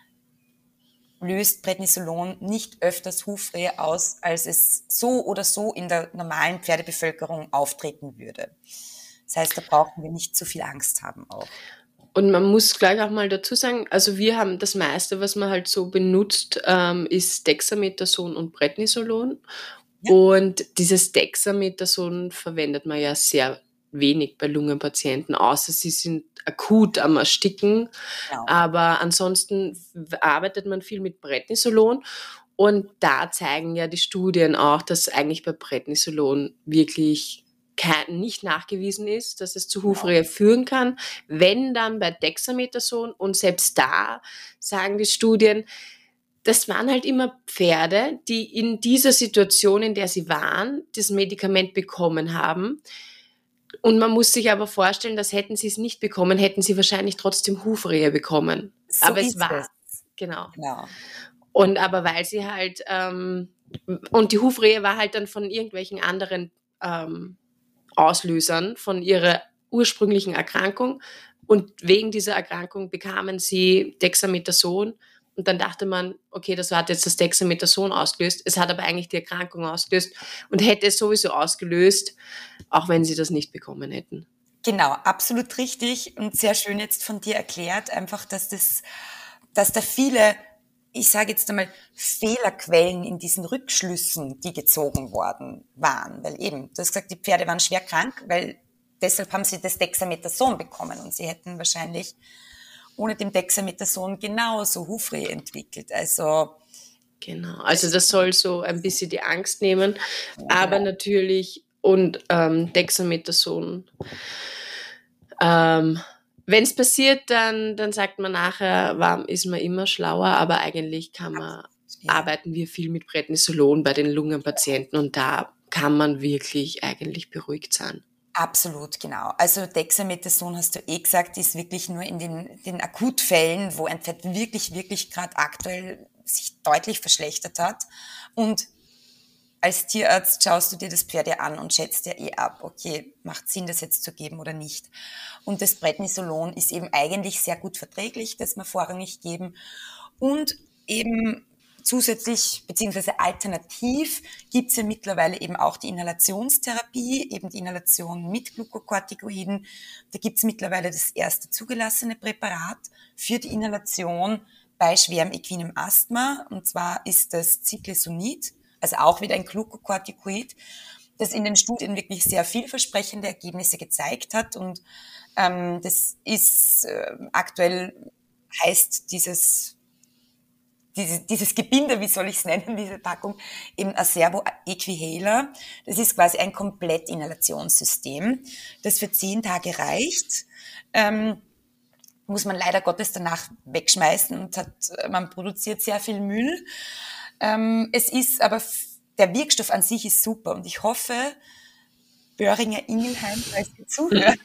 löst Prednisolon nicht öfters Hufrehe aus, als es so oder so in der normalen Pferdebevölkerung auftreten würde. Das heißt, da brauchen wir nicht zu viel Angst haben auch. Und man muss gleich auch mal dazu sagen, also wir haben das meiste, was man halt so benutzt, ist Dexamethason und Prednisolon. Ja. Und dieses Dexamethason verwendet man ja sehr wenig bei Lungenpatienten, außer sie sind akut am Ersticken. Genau. Aber ansonsten arbeitet man viel mit Prednisolon. Und da zeigen ja die Studien auch, dass eigentlich bei Prednisolon wirklich nicht nachgewiesen ist, dass es zu Hufrehe führen kann. Wenn, dann bei Dexamethason. Und selbst da sagen die Studien, das waren halt immer Pferde, die in dieser Situation, in der sie waren, das Medikament bekommen haben. Und man muss sich aber vorstellen, dass hätten sie es nicht bekommen, hätten sie wahrscheinlich trotzdem Hufrehe bekommen. So aber es war, genau. Und aber weil sie halt, und die Hufrehe war halt dann von irgendwelchen anderen Auslösern von ihrer ursprünglichen Erkrankung, und wegen dieser Erkrankung bekamen sie Dexamethason, und dann dachte man, okay, das hat jetzt das Dexamethason ausgelöst, es hat aber eigentlich die Erkrankung ausgelöst und hätte es sowieso ausgelöst, auch wenn sie das nicht bekommen hätten. Genau, absolut richtig und sehr schön jetzt von dir erklärt, einfach, dass da viele, ich sage jetzt einmal, Fehlerquellen in diesen Rückschlüssen, die gezogen worden waren. Weil eben, du hast gesagt, die Pferde waren schwer krank, weil deshalb haben sie das Dexamethason bekommen und sie hätten wahrscheinlich ohne dem Dexamethason genauso Hufrehe entwickelt. Also genau, also das soll so ein bisschen die Angst nehmen, aber natürlich, und Dexamethason, wenn es passiert, dann sagt man nachher, ist man immer schlauer, aber eigentlich arbeiten wir viel mit Prednisolon bei den Lungenpatienten und da kann man wirklich eigentlich beruhigt sein. Absolut, genau. Also Dexamethason, hast du gesagt, ist wirklich nur in den Akutfällen, wo ein Pferd wirklich, wirklich gerade aktuell sich deutlich verschlechtert hat. Und als Tierarzt schaust du dir das Pferd ja an und schätzt ja ab, okay, macht Sinn, das jetzt zu geben oder nicht. Und das Prednisolon ist eben eigentlich sehr gut verträglich, das wir vorrangig geben. Und eben zusätzlich beziehungsweise alternativ gibt es ja mittlerweile eben auch die Inhalationstherapie, eben die Inhalation mit Glucocorticoiden. Da gibt es mittlerweile das erste zugelassene Präparat für die Inhalation bei schwerem equinem Asthma. Und zwar ist das Ziclisonid, also auch wieder ein Glucocorticoid, das in den Studien wirklich sehr vielversprechende Ergebnisse gezeigt hat. Und das ist aktuell, heißt dieses Gebinde, wie soll ich es nennen, diese Packung, eben Acervo Equihaler. Das ist quasi ein Komplett-Inhalationssystem, das für 10 Tage reicht. Muss man leider Gottes danach wegschmeißen und man produziert sehr viel Müll. Es ist aber, der Wirkstoff an sich ist super und ich hoffe, Böhringer Ingelheim, falls Sie zuhören,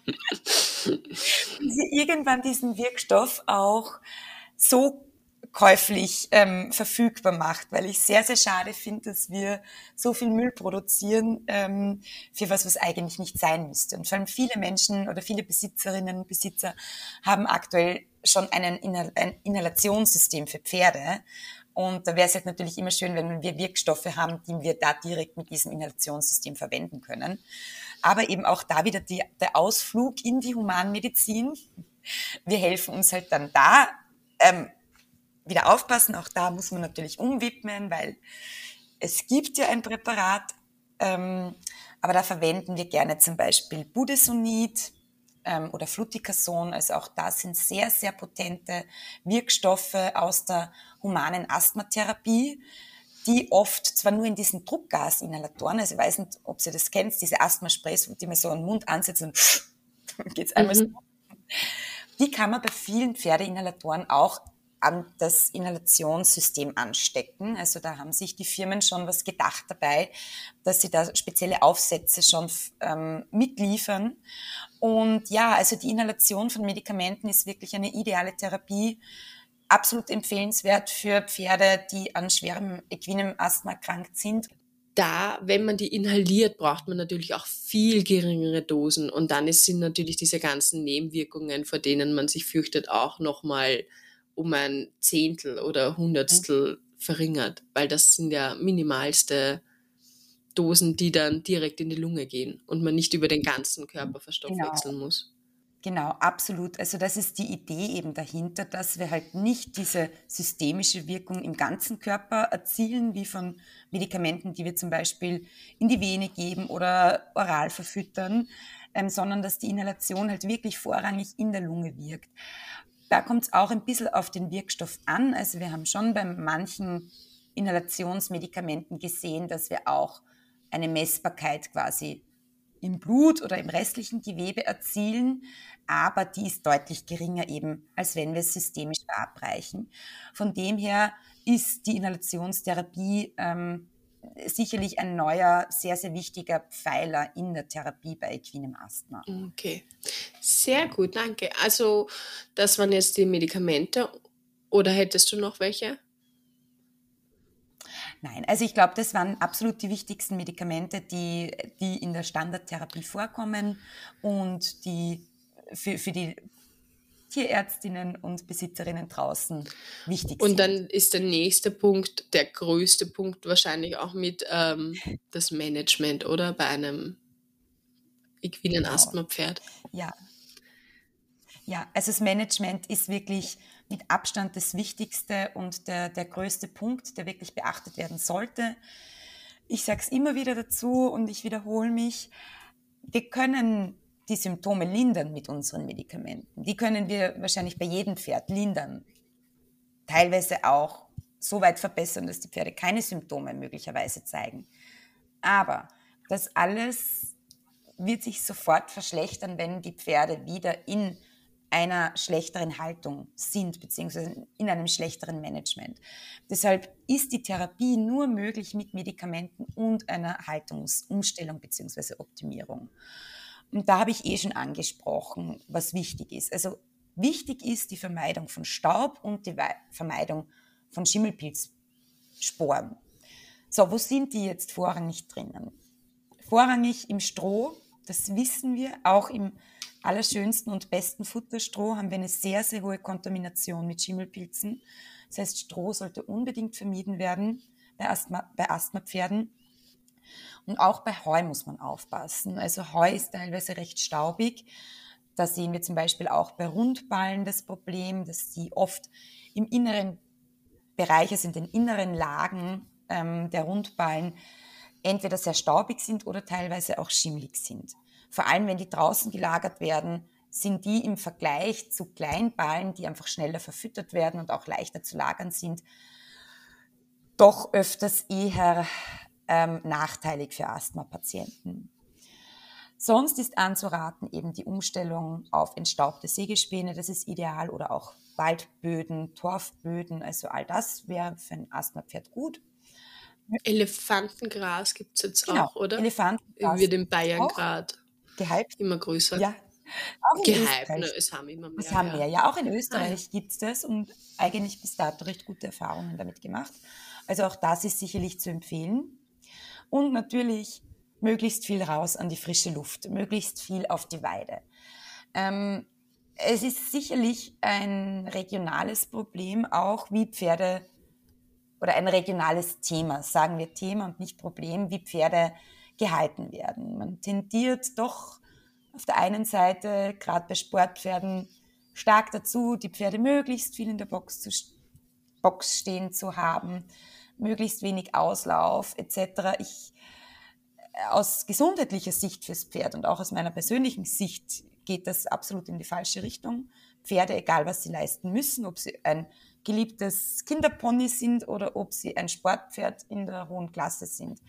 Sie irgendwann diesen Wirkstoff auch so käuflich verfügbar macht, weil ich sehr, sehr schade finde, dass wir so viel Müll produzieren für was eigentlich nicht sein müsste. Und vor allem viele Menschen oder viele Besitzerinnen und Besitzer haben aktuell schon ein Inhalationssystem für Pferde. Und da wäre es halt natürlich immer schön, wenn wir Wirkstoffe haben, die wir da direkt mit diesem Inhalationssystem verwenden können. Aber eben auch da wieder der Ausflug in die Humanmedizin. Wir helfen uns halt dann da, wieder aufpassen. Auch da muss man natürlich umwidmen, weil es gibt ja ein Präparat, aber da verwenden wir gerne zum Beispiel Budesonid oder Fluticasone. Also auch das sind sehr, sehr potente Wirkstoffe aus der humanen Asthmatherapie, die oft zwar nur in diesen Druckgasinhalatoren, also ich weiß nicht, ob Sie das kennt, diese Asthmasprays, die man so in den Mund ansetzt und geht's einmal so. Die kann man bei vielen Pferdeinhalatoren auch an das Inhalationssystem anstecken. Also da haben sich die Firmen schon was gedacht dabei, dass sie da spezielle Aufsätze schon mitliefern. Und ja, also die Inhalation von Medikamenten ist wirklich eine ideale Therapie. Absolut empfehlenswert für Pferde, die an schwerem equinem Asthma erkrankt sind. Da, wenn man die inhaliert, braucht man natürlich auch viel geringere Dosen. Und dann sind natürlich diese ganzen Nebenwirkungen, vor denen man sich fürchtet, auch nochmal um ein Zehntel oder Hundertstel verringert. Weil das sind ja minimalste Dosen, die dann direkt in die Lunge gehen und man nicht über den ganzen Körper verstoffwechseln muss. Genau, absolut. Also das ist die Idee eben dahinter, dass wir halt nicht diese systemische Wirkung im ganzen Körper erzielen, wie von Medikamenten, die wir zum Beispiel in die Vene geben oder oral verfüttern, sondern dass die Inhalation halt wirklich vorrangig in der Lunge wirkt. Da kommt es auch ein bisschen auf den Wirkstoff an. Also wir haben schon bei manchen Inhalationsmedikamenten gesehen, dass wir auch eine Messbarkeit quasi im Blut oder im restlichen Gewebe erzielen, aber die ist deutlich geringer eben, als wenn wir es systemisch verabreichen. Von dem her ist die Inhalationstherapie sicherlich ein neuer, sehr, sehr wichtiger Pfeiler in der Therapie bei equinem Asthma. Okay, sehr gut, danke. Also das waren jetzt die Medikamente oder hättest du noch welche? Nein, also ich glaube, das waren absolut die wichtigsten Medikamente, die in der Standardtherapie vorkommen und die für die Tierärztinnen und Besitzerinnen draußen wichtig Und sind. dann ist der nächste Punkt, der größte Punkt wahrscheinlich auch mit das Management, oder? Bei einem equinen Asthma-Pferd. Ja. Ja, also das Management ist wirklich mit Abstand das Wichtigste und der größte Punkt, der wirklich beachtet werden sollte. Ich sage es immer wieder dazu und ich wiederhole mich, wir können die Symptome lindern mit unseren Medikamenten. Die können wir wahrscheinlich bei jedem Pferd lindern. Teilweise auch so weit verbessern, dass die Pferde keine Symptome möglicherweise zeigen. Aber das alles wird sich sofort verschlechtern, wenn die Pferde wieder in einer schlechteren Haltung sind, beziehungsweise in einem schlechteren Management. Deshalb ist die Therapie nur möglich mit Medikamenten und einer Haltungsumstellung beziehungsweise Optimierung. Und da habe ich schon angesprochen, was wichtig ist. Also wichtig ist die Vermeidung von Staub und die Vermeidung von Schimmelpilzsporen. So, wo sind die jetzt vorrangig drinnen? Vorrangig im Stroh, das wissen wir, auch im allerschönsten und besten Futterstroh haben wir eine sehr, sehr hohe Kontamination mit Schimmelpilzen. Das heißt, Stroh sollte unbedingt vermieden werden bei Asthmapferden. Und auch bei Heu muss man aufpassen. Also Heu ist teilweise recht staubig. Da sehen wir zum Beispiel auch bei Rundballen das Problem, dass sie oft im inneren Bereich, also in den inneren Lagen der Rundballen, entweder sehr staubig sind oder teilweise auch schimmlig sind. Vor allem, wenn die draußen gelagert werden, sind die im Vergleich zu Kleinballen, die einfach schneller verfüttert werden und auch leichter zu lagern sind, doch öfters eher nachteilig für Asthma-Patienten. Sonst ist anzuraten eben die Umstellung auf entstaubte Sägespäne, das ist ideal, oder auch Waldböden, Torfböden, also all das wäre für ein Asthmapferd gut. Elefantengras gibt es jetzt Genau, auch, oder? Elefantengras Wird in Bayern auch gerade gehypt. immer größer. Ja, auch in Gehypt, ne? Österreich. Es haben immer Es mehr, haben mehr. ja. Ja, auch in Ah, ja. Österreich gibt es das und eigentlich bis dato recht gute Erfahrungen damit gemacht. Also auch das ist sicherlich zu empfehlen. Und natürlich möglichst viel raus an die frische Luft, möglichst viel auf die Weide. Es ist sicherlich ein regionales Problem auch, wie Pferde oder ein regionales Thema, sagen wir Thema und nicht Problem, wie Pferde gehalten werden. Man tendiert doch auf der einen Seite, gerade bei Sportpferden, stark dazu, die Pferde möglichst viel in der Box stehen zu haben, möglichst wenig Auslauf etc. Aus gesundheitlicher Sicht fürs Pferd und auch aus meiner persönlichen Sicht geht das absolut in die falsche Richtung. Pferde, egal was sie leisten müssen, ob sie ein geliebtes Kinderpony sind oder ob sie ein Sportpferd in der hohen Klasse sind.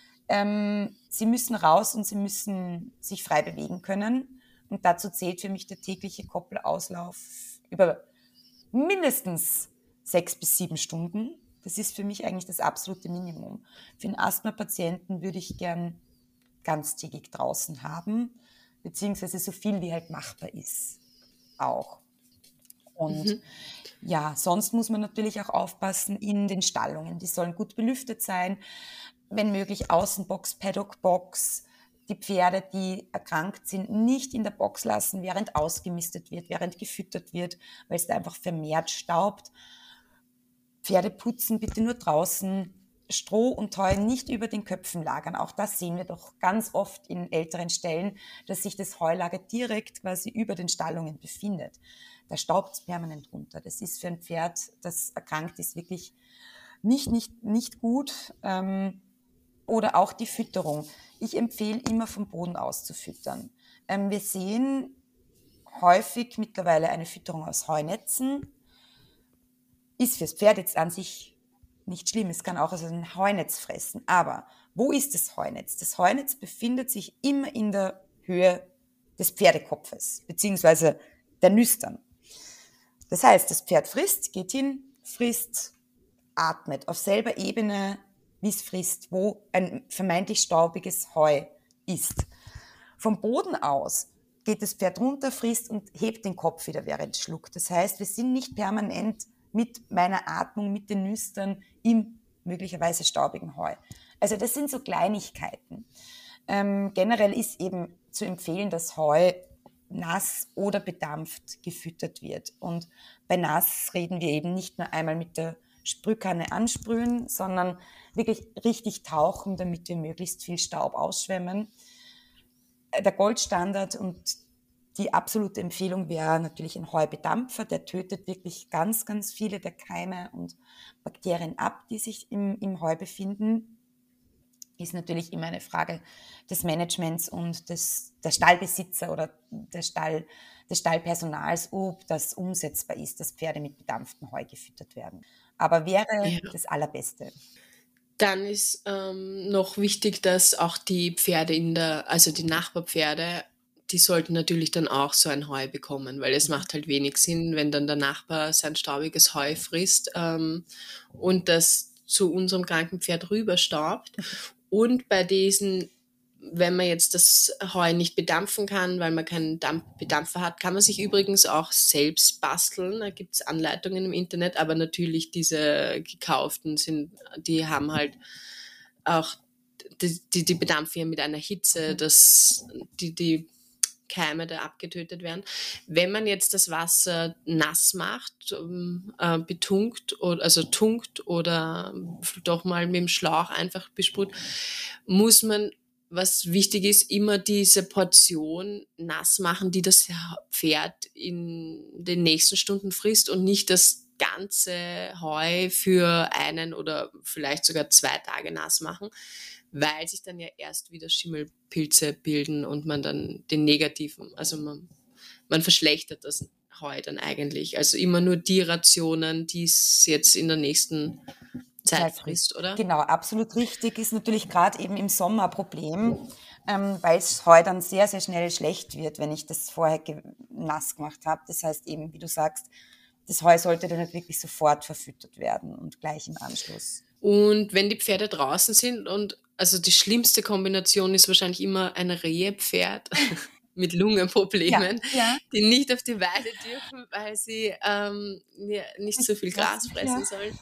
Sie müssen raus und sie müssen sich frei bewegen können. Und dazu zählt für mich der tägliche Koppelauslauf über mindestens 6 bis 7 Stunden. Das ist für mich eigentlich das absolute Minimum. Für einen Asthma-Patienten würde ich gern ganztägig draußen haben, beziehungsweise so viel wie halt machbar ist auch. Und ja, sonst muss man natürlich auch aufpassen in den Stallungen. Die sollen gut belüftet sein, wenn möglich Außenbox, Paddockbox, die Pferde, die erkrankt sind, nicht in der Box lassen, während ausgemistet wird, während gefüttert wird, weil es da einfach vermehrt staubt. Pferde putzen bitte nur draußen, Stroh und Heu nicht über den Köpfen lagern. Auch das sehen wir doch ganz oft in älteren Ställen, dass sich das Heulager direkt quasi über den Stallungen befindet. Da staubt es permanent runter. Das ist für ein Pferd, das erkrankt ist, wirklich nicht gut. Oder auch die Fütterung. Ich empfehle immer vom Boden aus zu füttern. Wir sehen häufig mittlerweile eine Fütterung aus Heunetzen. Ist fürs Pferd jetzt an sich nicht schlimm. Es kann auch aus einem Heunetz fressen. Aber wo ist das Heunetz? Das Heunetz befindet sich immer in der Höhe des Pferdekopfes, beziehungsweise der Nüstern. Das heißt, das Pferd frisst, geht hin, frisst, atmet auf selber Ebene, wie es frisst, wo ein vermeintlich staubiges Heu ist. Vom Boden aus geht das Pferd runter, frisst und hebt den Kopf wieder, während es schluckt. Das heißt, wir sind nicht permanent mit meiner Atmung, mit den Nüstern im möglicherweise staubigen Heu. Also das sind so Kleinigkeiten. Generell ist eben zu empfehlen, dass Heu nass oder bedampft gefüttert wird. Und bei nass reden wir eben nicht nur einmal mit der Sprühkanne ansprühen, sondern wirklich richtig tauchen, damit wir möglichst viel Staub ausschwemmen. Der Goldstandard und die absolute Empfehlung wäre natürlich ein Heubedampfer. Der tötet wirklich ganz, ganz viele der Keime und Bakterien ab, die sich im Heu befinden. Ist natürlich immer eine Frage des Managements und der Stallbesitzer oder des Stallpersonals, ob das umsetzbar ist, dass Pferde mit bedampftem Heu gefüttert werden. Aber wäre Ja. das Allerbeste. Dann ist noch wichtig, dass auch die Pferde also die Nachbarpferde, die sollten natürlich dann auch so ein Heu bekommen, weil es macht halt wenig Sinn, wenn dann der Nachbar sein staubiges Heu frisst und das zu unserem kranken Pferd rüberstaubt. Und bei diesen, wenn man jetzt das Heu nicht bedampfen kann, weil man keinen Bedampfer hat, kann man sich übrigens auch selbst basteln. Da gibt es Anleitungen im Internet, aber natürlich diese gekauften die haben halt auch, die bedampfen ja mit einer Hitze, dass die Keime da abgetötet werden. Wenn man jetzt das Wasser nass macht, betunkt oder also tunkt oder doch mal mit dem Schlauch einfach besprüht, muss man, was wichtig ist, immer diese Portion nass machen, die das Pferd in den nächsten Stunden frisst und nicht das ganze Heu für einen oder vielleicht sogar 2 Tage nass machen, weil sich dann ja erst wieder Schimmelpilze bilden und man dann den negativen, also man verschlechtert das Heu dann eigentlich. Also immer nur die Rationen, die es jetzt in der nächsten Zeit frisst, oder? Genau, absolut richtig. Ist natürlich gerade eben im Sommer ein Problem, weil es Heu dann sehr, sehr schnell schlecht wird, wenn ich das vorher nass gemacht habe. Das heißt eben, wie du sagst, das Heu sollte dann nicht wirklich sofort verfüttert werden und gleich im Anschluss. Und wenn die Pferde draußen sind und also die schlimmste Kombination ist wahrscheinlich immer ein Rehepferd mit Lungenproblemen, Ja. die nicht auf die Weide dürfen, weil sie nicht so viel Gras fressen sollen.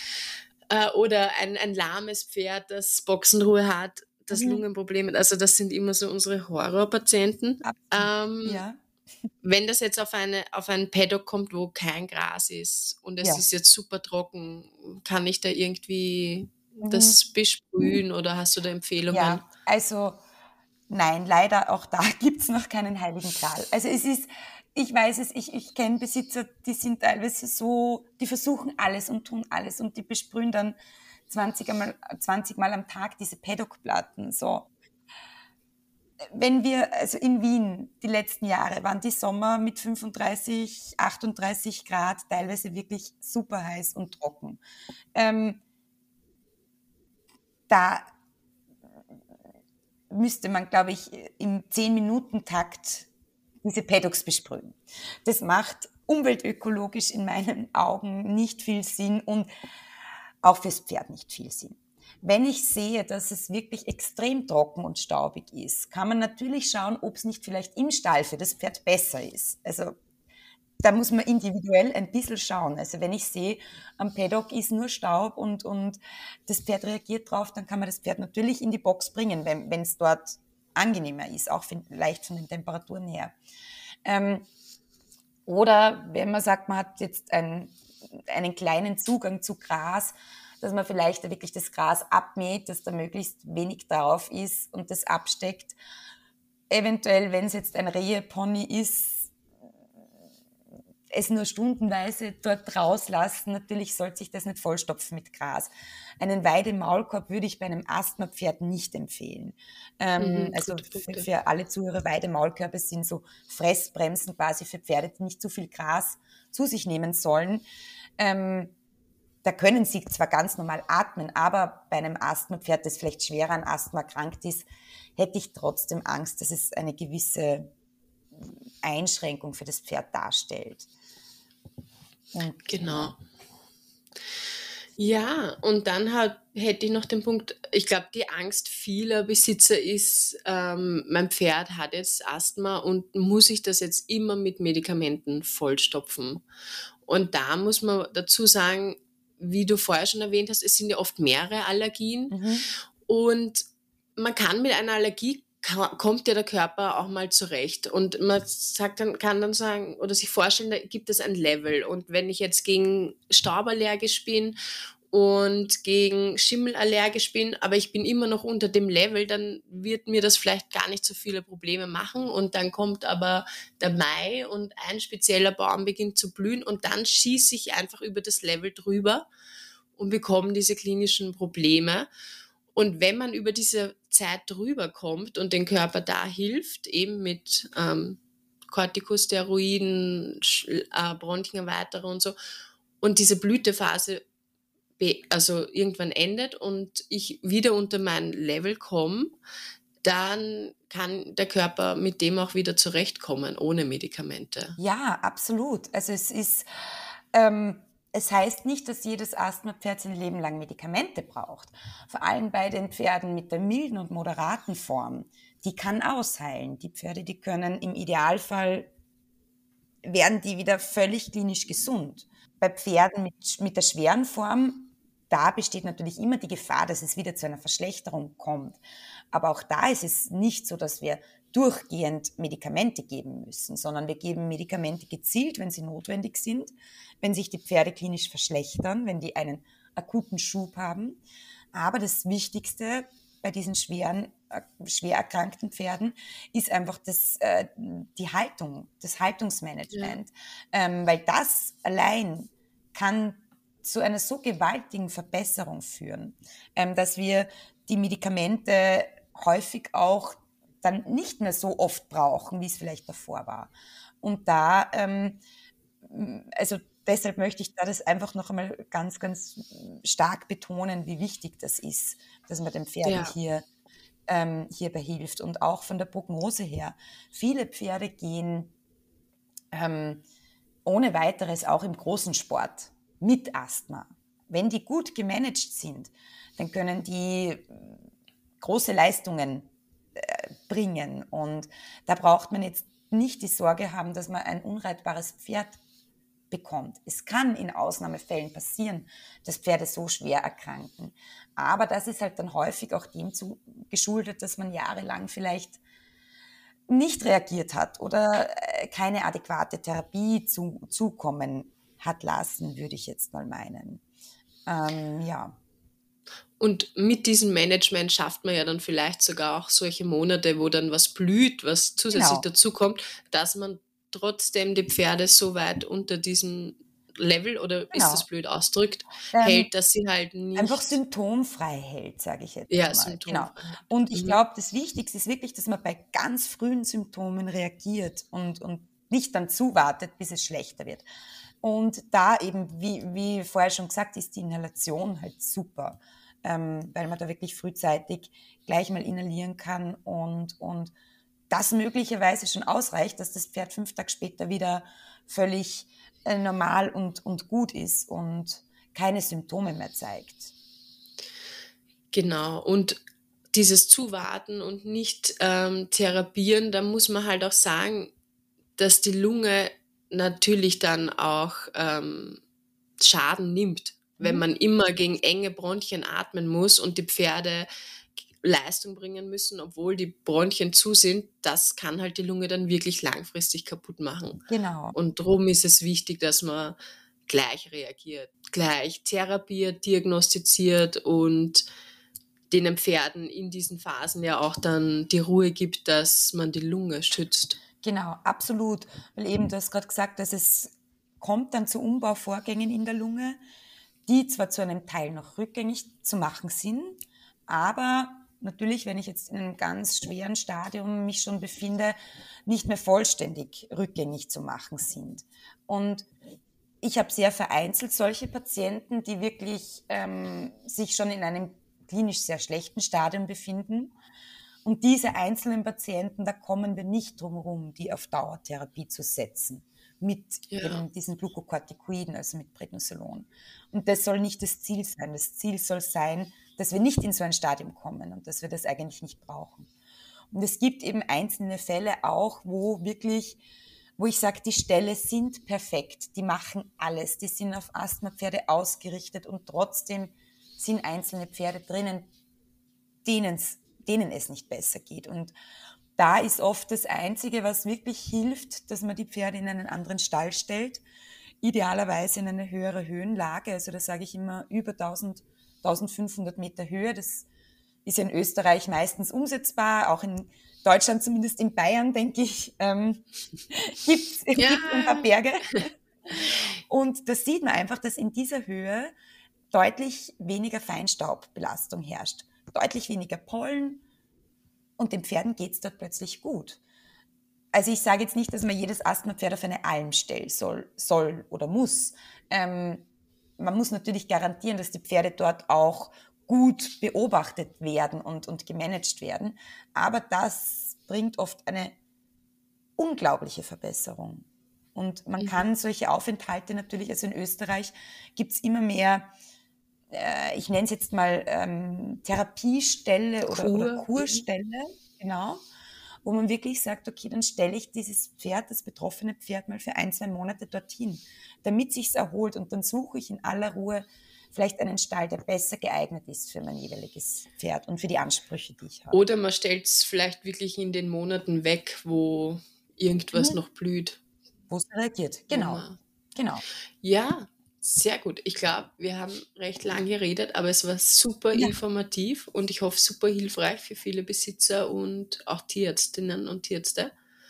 Oder ein lahmes Pferd, das Boxenruhe hat, das Lungenprobleme hat. Also das sind immer so unsere Horrorpatienten. Absolut. Ja. Wenn das jetzt auf ein Paddock kommt, wo kein Gras ist und es Ja. ist jetzt super trocken, kann ich da irgendwie Mhm. das besprühen oder hast du da Empfehlungen? Ja, also nein, leider auch da gibt's noch keinen heiligen Gral. Also es ist, ich weiß es, ich kenne Besitzer, die sind teilweise so, die versuchen alles und tun alles und die besprühen dann 20 Mal am Tag diese Paddockplatten. So, wenn wir, also in Wien, die letzten Jahre waren die Sommer mit 35, 38 Grad teilweise wirklich super heiß und trocken. Ähm, Da müsste man, glaube ich, im 10-Minuten-Takt diese Paddocks besprühen. Das macht umweltökologisch in meinen Augen nicht viel Sinn und auch fürs Pferd nicht viel Sinn. Wenn ich sehe, dass es wirklich extrem trocken und staubig ist, kann man natürlich schauen, ob es nicht vielleicht im Stall für das Pferd besser ist. Also da muss man individuell ein bisschen schauen. Also wenn ich sehe, am Paddock ist nur Staub und das Pferd reagiert drauf, dann kann man das Pferd natürlich in die Box bringen, wenn es dort angenehmer ist, auch leicht von den Temperaturen her. Ähm, oder wenn man sagt, man hat jetzt einen kleinen Zugang zu Gras, dass man vielleicht wirklich das Gras abmäht, dass da möglichst wenig drauf ist und das absteckt. Eventuell, wenn es jetzt ein Rehepony ist, es nur stundenweise dort rauslassen. Natürlich sollte sich das nicht vollstopfen mit Gras. Einen Weidemaulkorb würde ich bei einem Asthmapferd nicht empfehlen. Mhm, Also gute Punkte. für alle Zuhörer, Weidemaulkörbe sind so Fressbremsen quasi für Pferde, die nicht zu viel Gras zu sich nehmen sollen. Da können sie zwar ganz normal atmen, aber bei einem Asthmapferd, das vielleicht schwerer an Asthma erkrankt ist, hätte ich trotzdem Angst, dass es eine gewisse Einschränkung für das Pferd darstellt. Und Genau. Ja, und dann hätte ich noch den Punkt, ich glaube, die Angst vieler Besitzer ist, mein Pferd hat jetzt Asthma und muss ich das jetzt immer mit Medikamenten vollstopfen? Und da muss man dazu sagen, wie du vorher schon erwähnt hast, es sind ja oft mehrere Allergien mhm. und man kann mit einer Allergie kommt ja der Körper auch mal zurecht und man kann dann sagen oder sich vorstellen, da gibt es ein Level und wenn ich jetzt gegen Staub allergisch bin und gegen Schimmel allergisch bin, aber ich bin immer noch unter dem Level, dann wird mir das vielleicht gar nicht so viele Probleme machen und dann kommt aber der Mai und ein spezieller Baum beginnt zu blühen und dann schieße ich einfach über das Level drüber und bekomme diese klinischen Probleme. Und wenn man über diese Zeit drüber kommt und den Körper da hilft, eben mit Corticosteroiden, Bronchenerweiterer und so, und diese Blütephase also irgendwann endet und ich wieder unter mein Level komme, dann kann der Körper mit dem auch wieder zurechtkommen, ohne Medikamente. Ja, absolut. Also ähm, es heißt nicht, dass jedes Asthmapferd sein Leben lang Medikamente braucht. Vor allem bei den Pferden mit der milden und moderaten Form. Die kann ausheilen. Die Pferde, die können im Idealfall, werden die wieder völlig klinisch gesund. Bei Pferden mit der schweren Form, da besteht natürlich immer die Gefahr, dass es wieder zu einer Verschlechterung kommt. Aber auch da ist es nicht so, dass wir durchgehend Medikamente geben müssen, sondern wir geben Medikamente gezielt, wenn sie notwendig sind, wenn sich die Pferde klinisch verschlechtern, wenn die einen akuten Schub haben. Aber das Wichtigste bei diesen schwer erkrankten Pferden ist einfach die Haltung, das Ja. Haltungsmanagement, weil das allein kann zu einer so gewaltigen Verbesserung führen, dass wir die Medikamente häufig auch dann nicht mehr so oft brauchen, wie es vielleicht davor war. Und da, also deshalb möchte ich da das einfach noch einmal ganz, ganz stark betonen, wie wichtig das ist, dass man den Pferden Ja. hierbei hilft. Und auch von der Prognose her. Viele Pferde gehen ähm, ohne weiteres auch im großen Sport mit Asthma. Wenn die gut gemanagt sind, dann können die große Leistungen bringen. Und da braucht man jetzt nicht die Sorge haben, dass man ein unreitbares Pferd bekommt. Es kann in Ausnahmefällen passieren, dass Pferde so schwer erkranken. Aber das ist halt dann häufig auch dem geschuldet, dass man jahrelang vielleicht nicht reagiert hat oder keine adäquate Therapie zukommen hat lassen, würde ich jetzt mal meinen. Ja. Und mit diesem Management schafft man ja dann vielleicht sogar auch solche Monate, wo dann was blüht, was zusätzlich Genau, dazukommt, dass man trotzdem die Pferde so weit unter diesem Level, oder ist das genau. blöd ausdrückt, Ähm, hält, dass sie halt Einfach nicht, symptomfrei hält, sage ich jetzt ja, einmal. Genau. Symptomfreiheit. Und ich Mhm. glaube, das Wichtigste ist wirklich, dass man bei ganz frühen Symptomen reagiert und nicht dann zuwartet, bis es schlechter wird. Und da eben, wie vorher schon gesagt, ist die Inhalation halt super, weil man da wirklich frühzeitig gleich mal inhalieren kann und das möglicherweise schon ausreicht, dass das Pferd 5 Tage später wieder völlig normal und gut ist und keine Symptome mehr zeigt. Genau. Und dieses Zuwarten und nicht therapieren, da muss man halt auch sagen, dass die Lunge natürlich dann auch Schaden nimmt, wenn Mhm. man immer gegen enge Bronchien atmen muss und die Pferde Leistung bringen müssen, obwohl die Bronchien zu sind. Das kann halt die Lunge dann wirklich langfristig kaputt machen. Genau, Und darum ist es wichtig, dass man gleich reagiert, gleich therapiert, diagnostiziert und den Pferden in diesen Phasen ja auch dann die Ruhe gibt, dass man die Lunge schützt. genau, absolut. Weil eben, du hast gerade gesagt, dass es kommt dann zu Umbauvorgängen in der Lunge, die zwar zu einem Teil noch rückgängig zu machen sind, aber natürlich, wenn ich jetzt in einem ganz schweren Stadium mich schon befinde, nicht mehr vollständig rückgängig zu machen sind. Und ich habe sehr vereinzelt solche Patienten, die wirklich sich schon in einem klinisch sehr schlechten Stadium befinden. Und diese einzelnen Patienten, da kommen wir nicht drum herum, die auf Dauertherapie zu setzen mit Ja. eben diesen Glucocorticoiden, also mit Prednisolon. Und das soll nicht das Ziel sein. Das Ziel soll sein, dass wir nicht in so ein Stadium kommen und dass wir das eigentlich nicht brauchen. Und es gibt eben einzelne Fälle auch, wo wirklich, wo ich sage, die Ställe sind perfekt, die machen alles, die sind auf Asthmapferde ausgerichtet und trotzdem sind einzelne Pferde drinnen, denen es nicht besser geht. Und da ist oft das Einzige, was wirklich hilft, dass man die Pferde in einen anderen Stall stellt, idealerweise in eine höhere Höhenlage. Also da sage ich immer über 1000, 1500 Meter Höhe. Das ist in Österreich meistens umsetzbar, auch in Deutschland, zumindest in Bayern, denke ich, Ja. gibt's ein paar Berge. Und da sieht man einfach, dass in dieser Höhe deutlich weniger Feinstaubbelastung herrscht, deutlich weniger Pollen und den Pferden geht's dort plötzlich gut. Also ich sage jetzt nicht, dass man jedes Asthmapferd auf eine Alm stellen soll oder muss. Man muss natürlich garantieren, dass die Pferde dort auch gut beobachtet werden und gemanagt werden. Aber das bringt oft eine unglaubliche Verbesserung. Und man Mhm. kann solche Aufenthalte natürlich, also in Österreich gibt's immer mehr, ich nenne es jetzt mal Therapiestelle oder Kur. Mhm. Kurstelle, genau, wo man wirklich sagt, okay, dann stelle ich dieses Pferd, das betroffene Pferd mal für 1, 2 Monate dorthin, damit sich's erholt und dann suche ich in aller Ruhe vielleicht einen Stall, der besser geeignet ist für mein jeweiliges Pferd und für die Ansprüche, die ich habe. Oder man stellt es vielleicht wirklich in den Monaten weg, wo irgendwas Mhm. noch blüht. Wo es reagiert. Wo Genau, man genau. Ja, sehr gut. Ich glaube, wir haben recht lang geredet, aber es war super Ja, informativ und ich hoffe super hilfreich für viele Besitzer und auch Tierärztinnen und Tierärzte.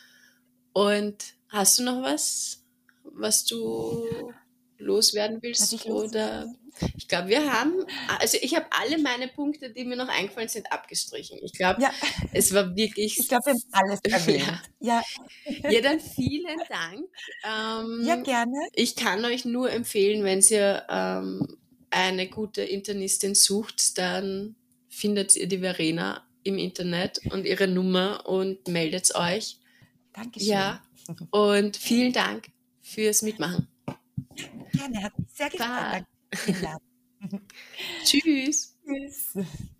Und hast du noch was, was du loswerden was ich willst? Oder loswerden. ich glaube, also ich habe alle meine Punkte, die mir noch eingefallen sind, abgestrichen. Ich glaube, Ja, es war wirklich, ich glaube, wir haben alles ja. erwähnt. Ja, Ja, dann vielen Dank. ja, gerne. Ich kann euch nur empfehlen, wenn ihr eine gute Internistin sucht, dann findet ihr die Verena im Internet und ihre Nummer und meldet euch. Dankeschön. Ja, und vielen Dank fürs Mitmachen. Gerne, hat mich sehr gefreut. Bye. Danke für die Einladung. Tschüss. Tschüss.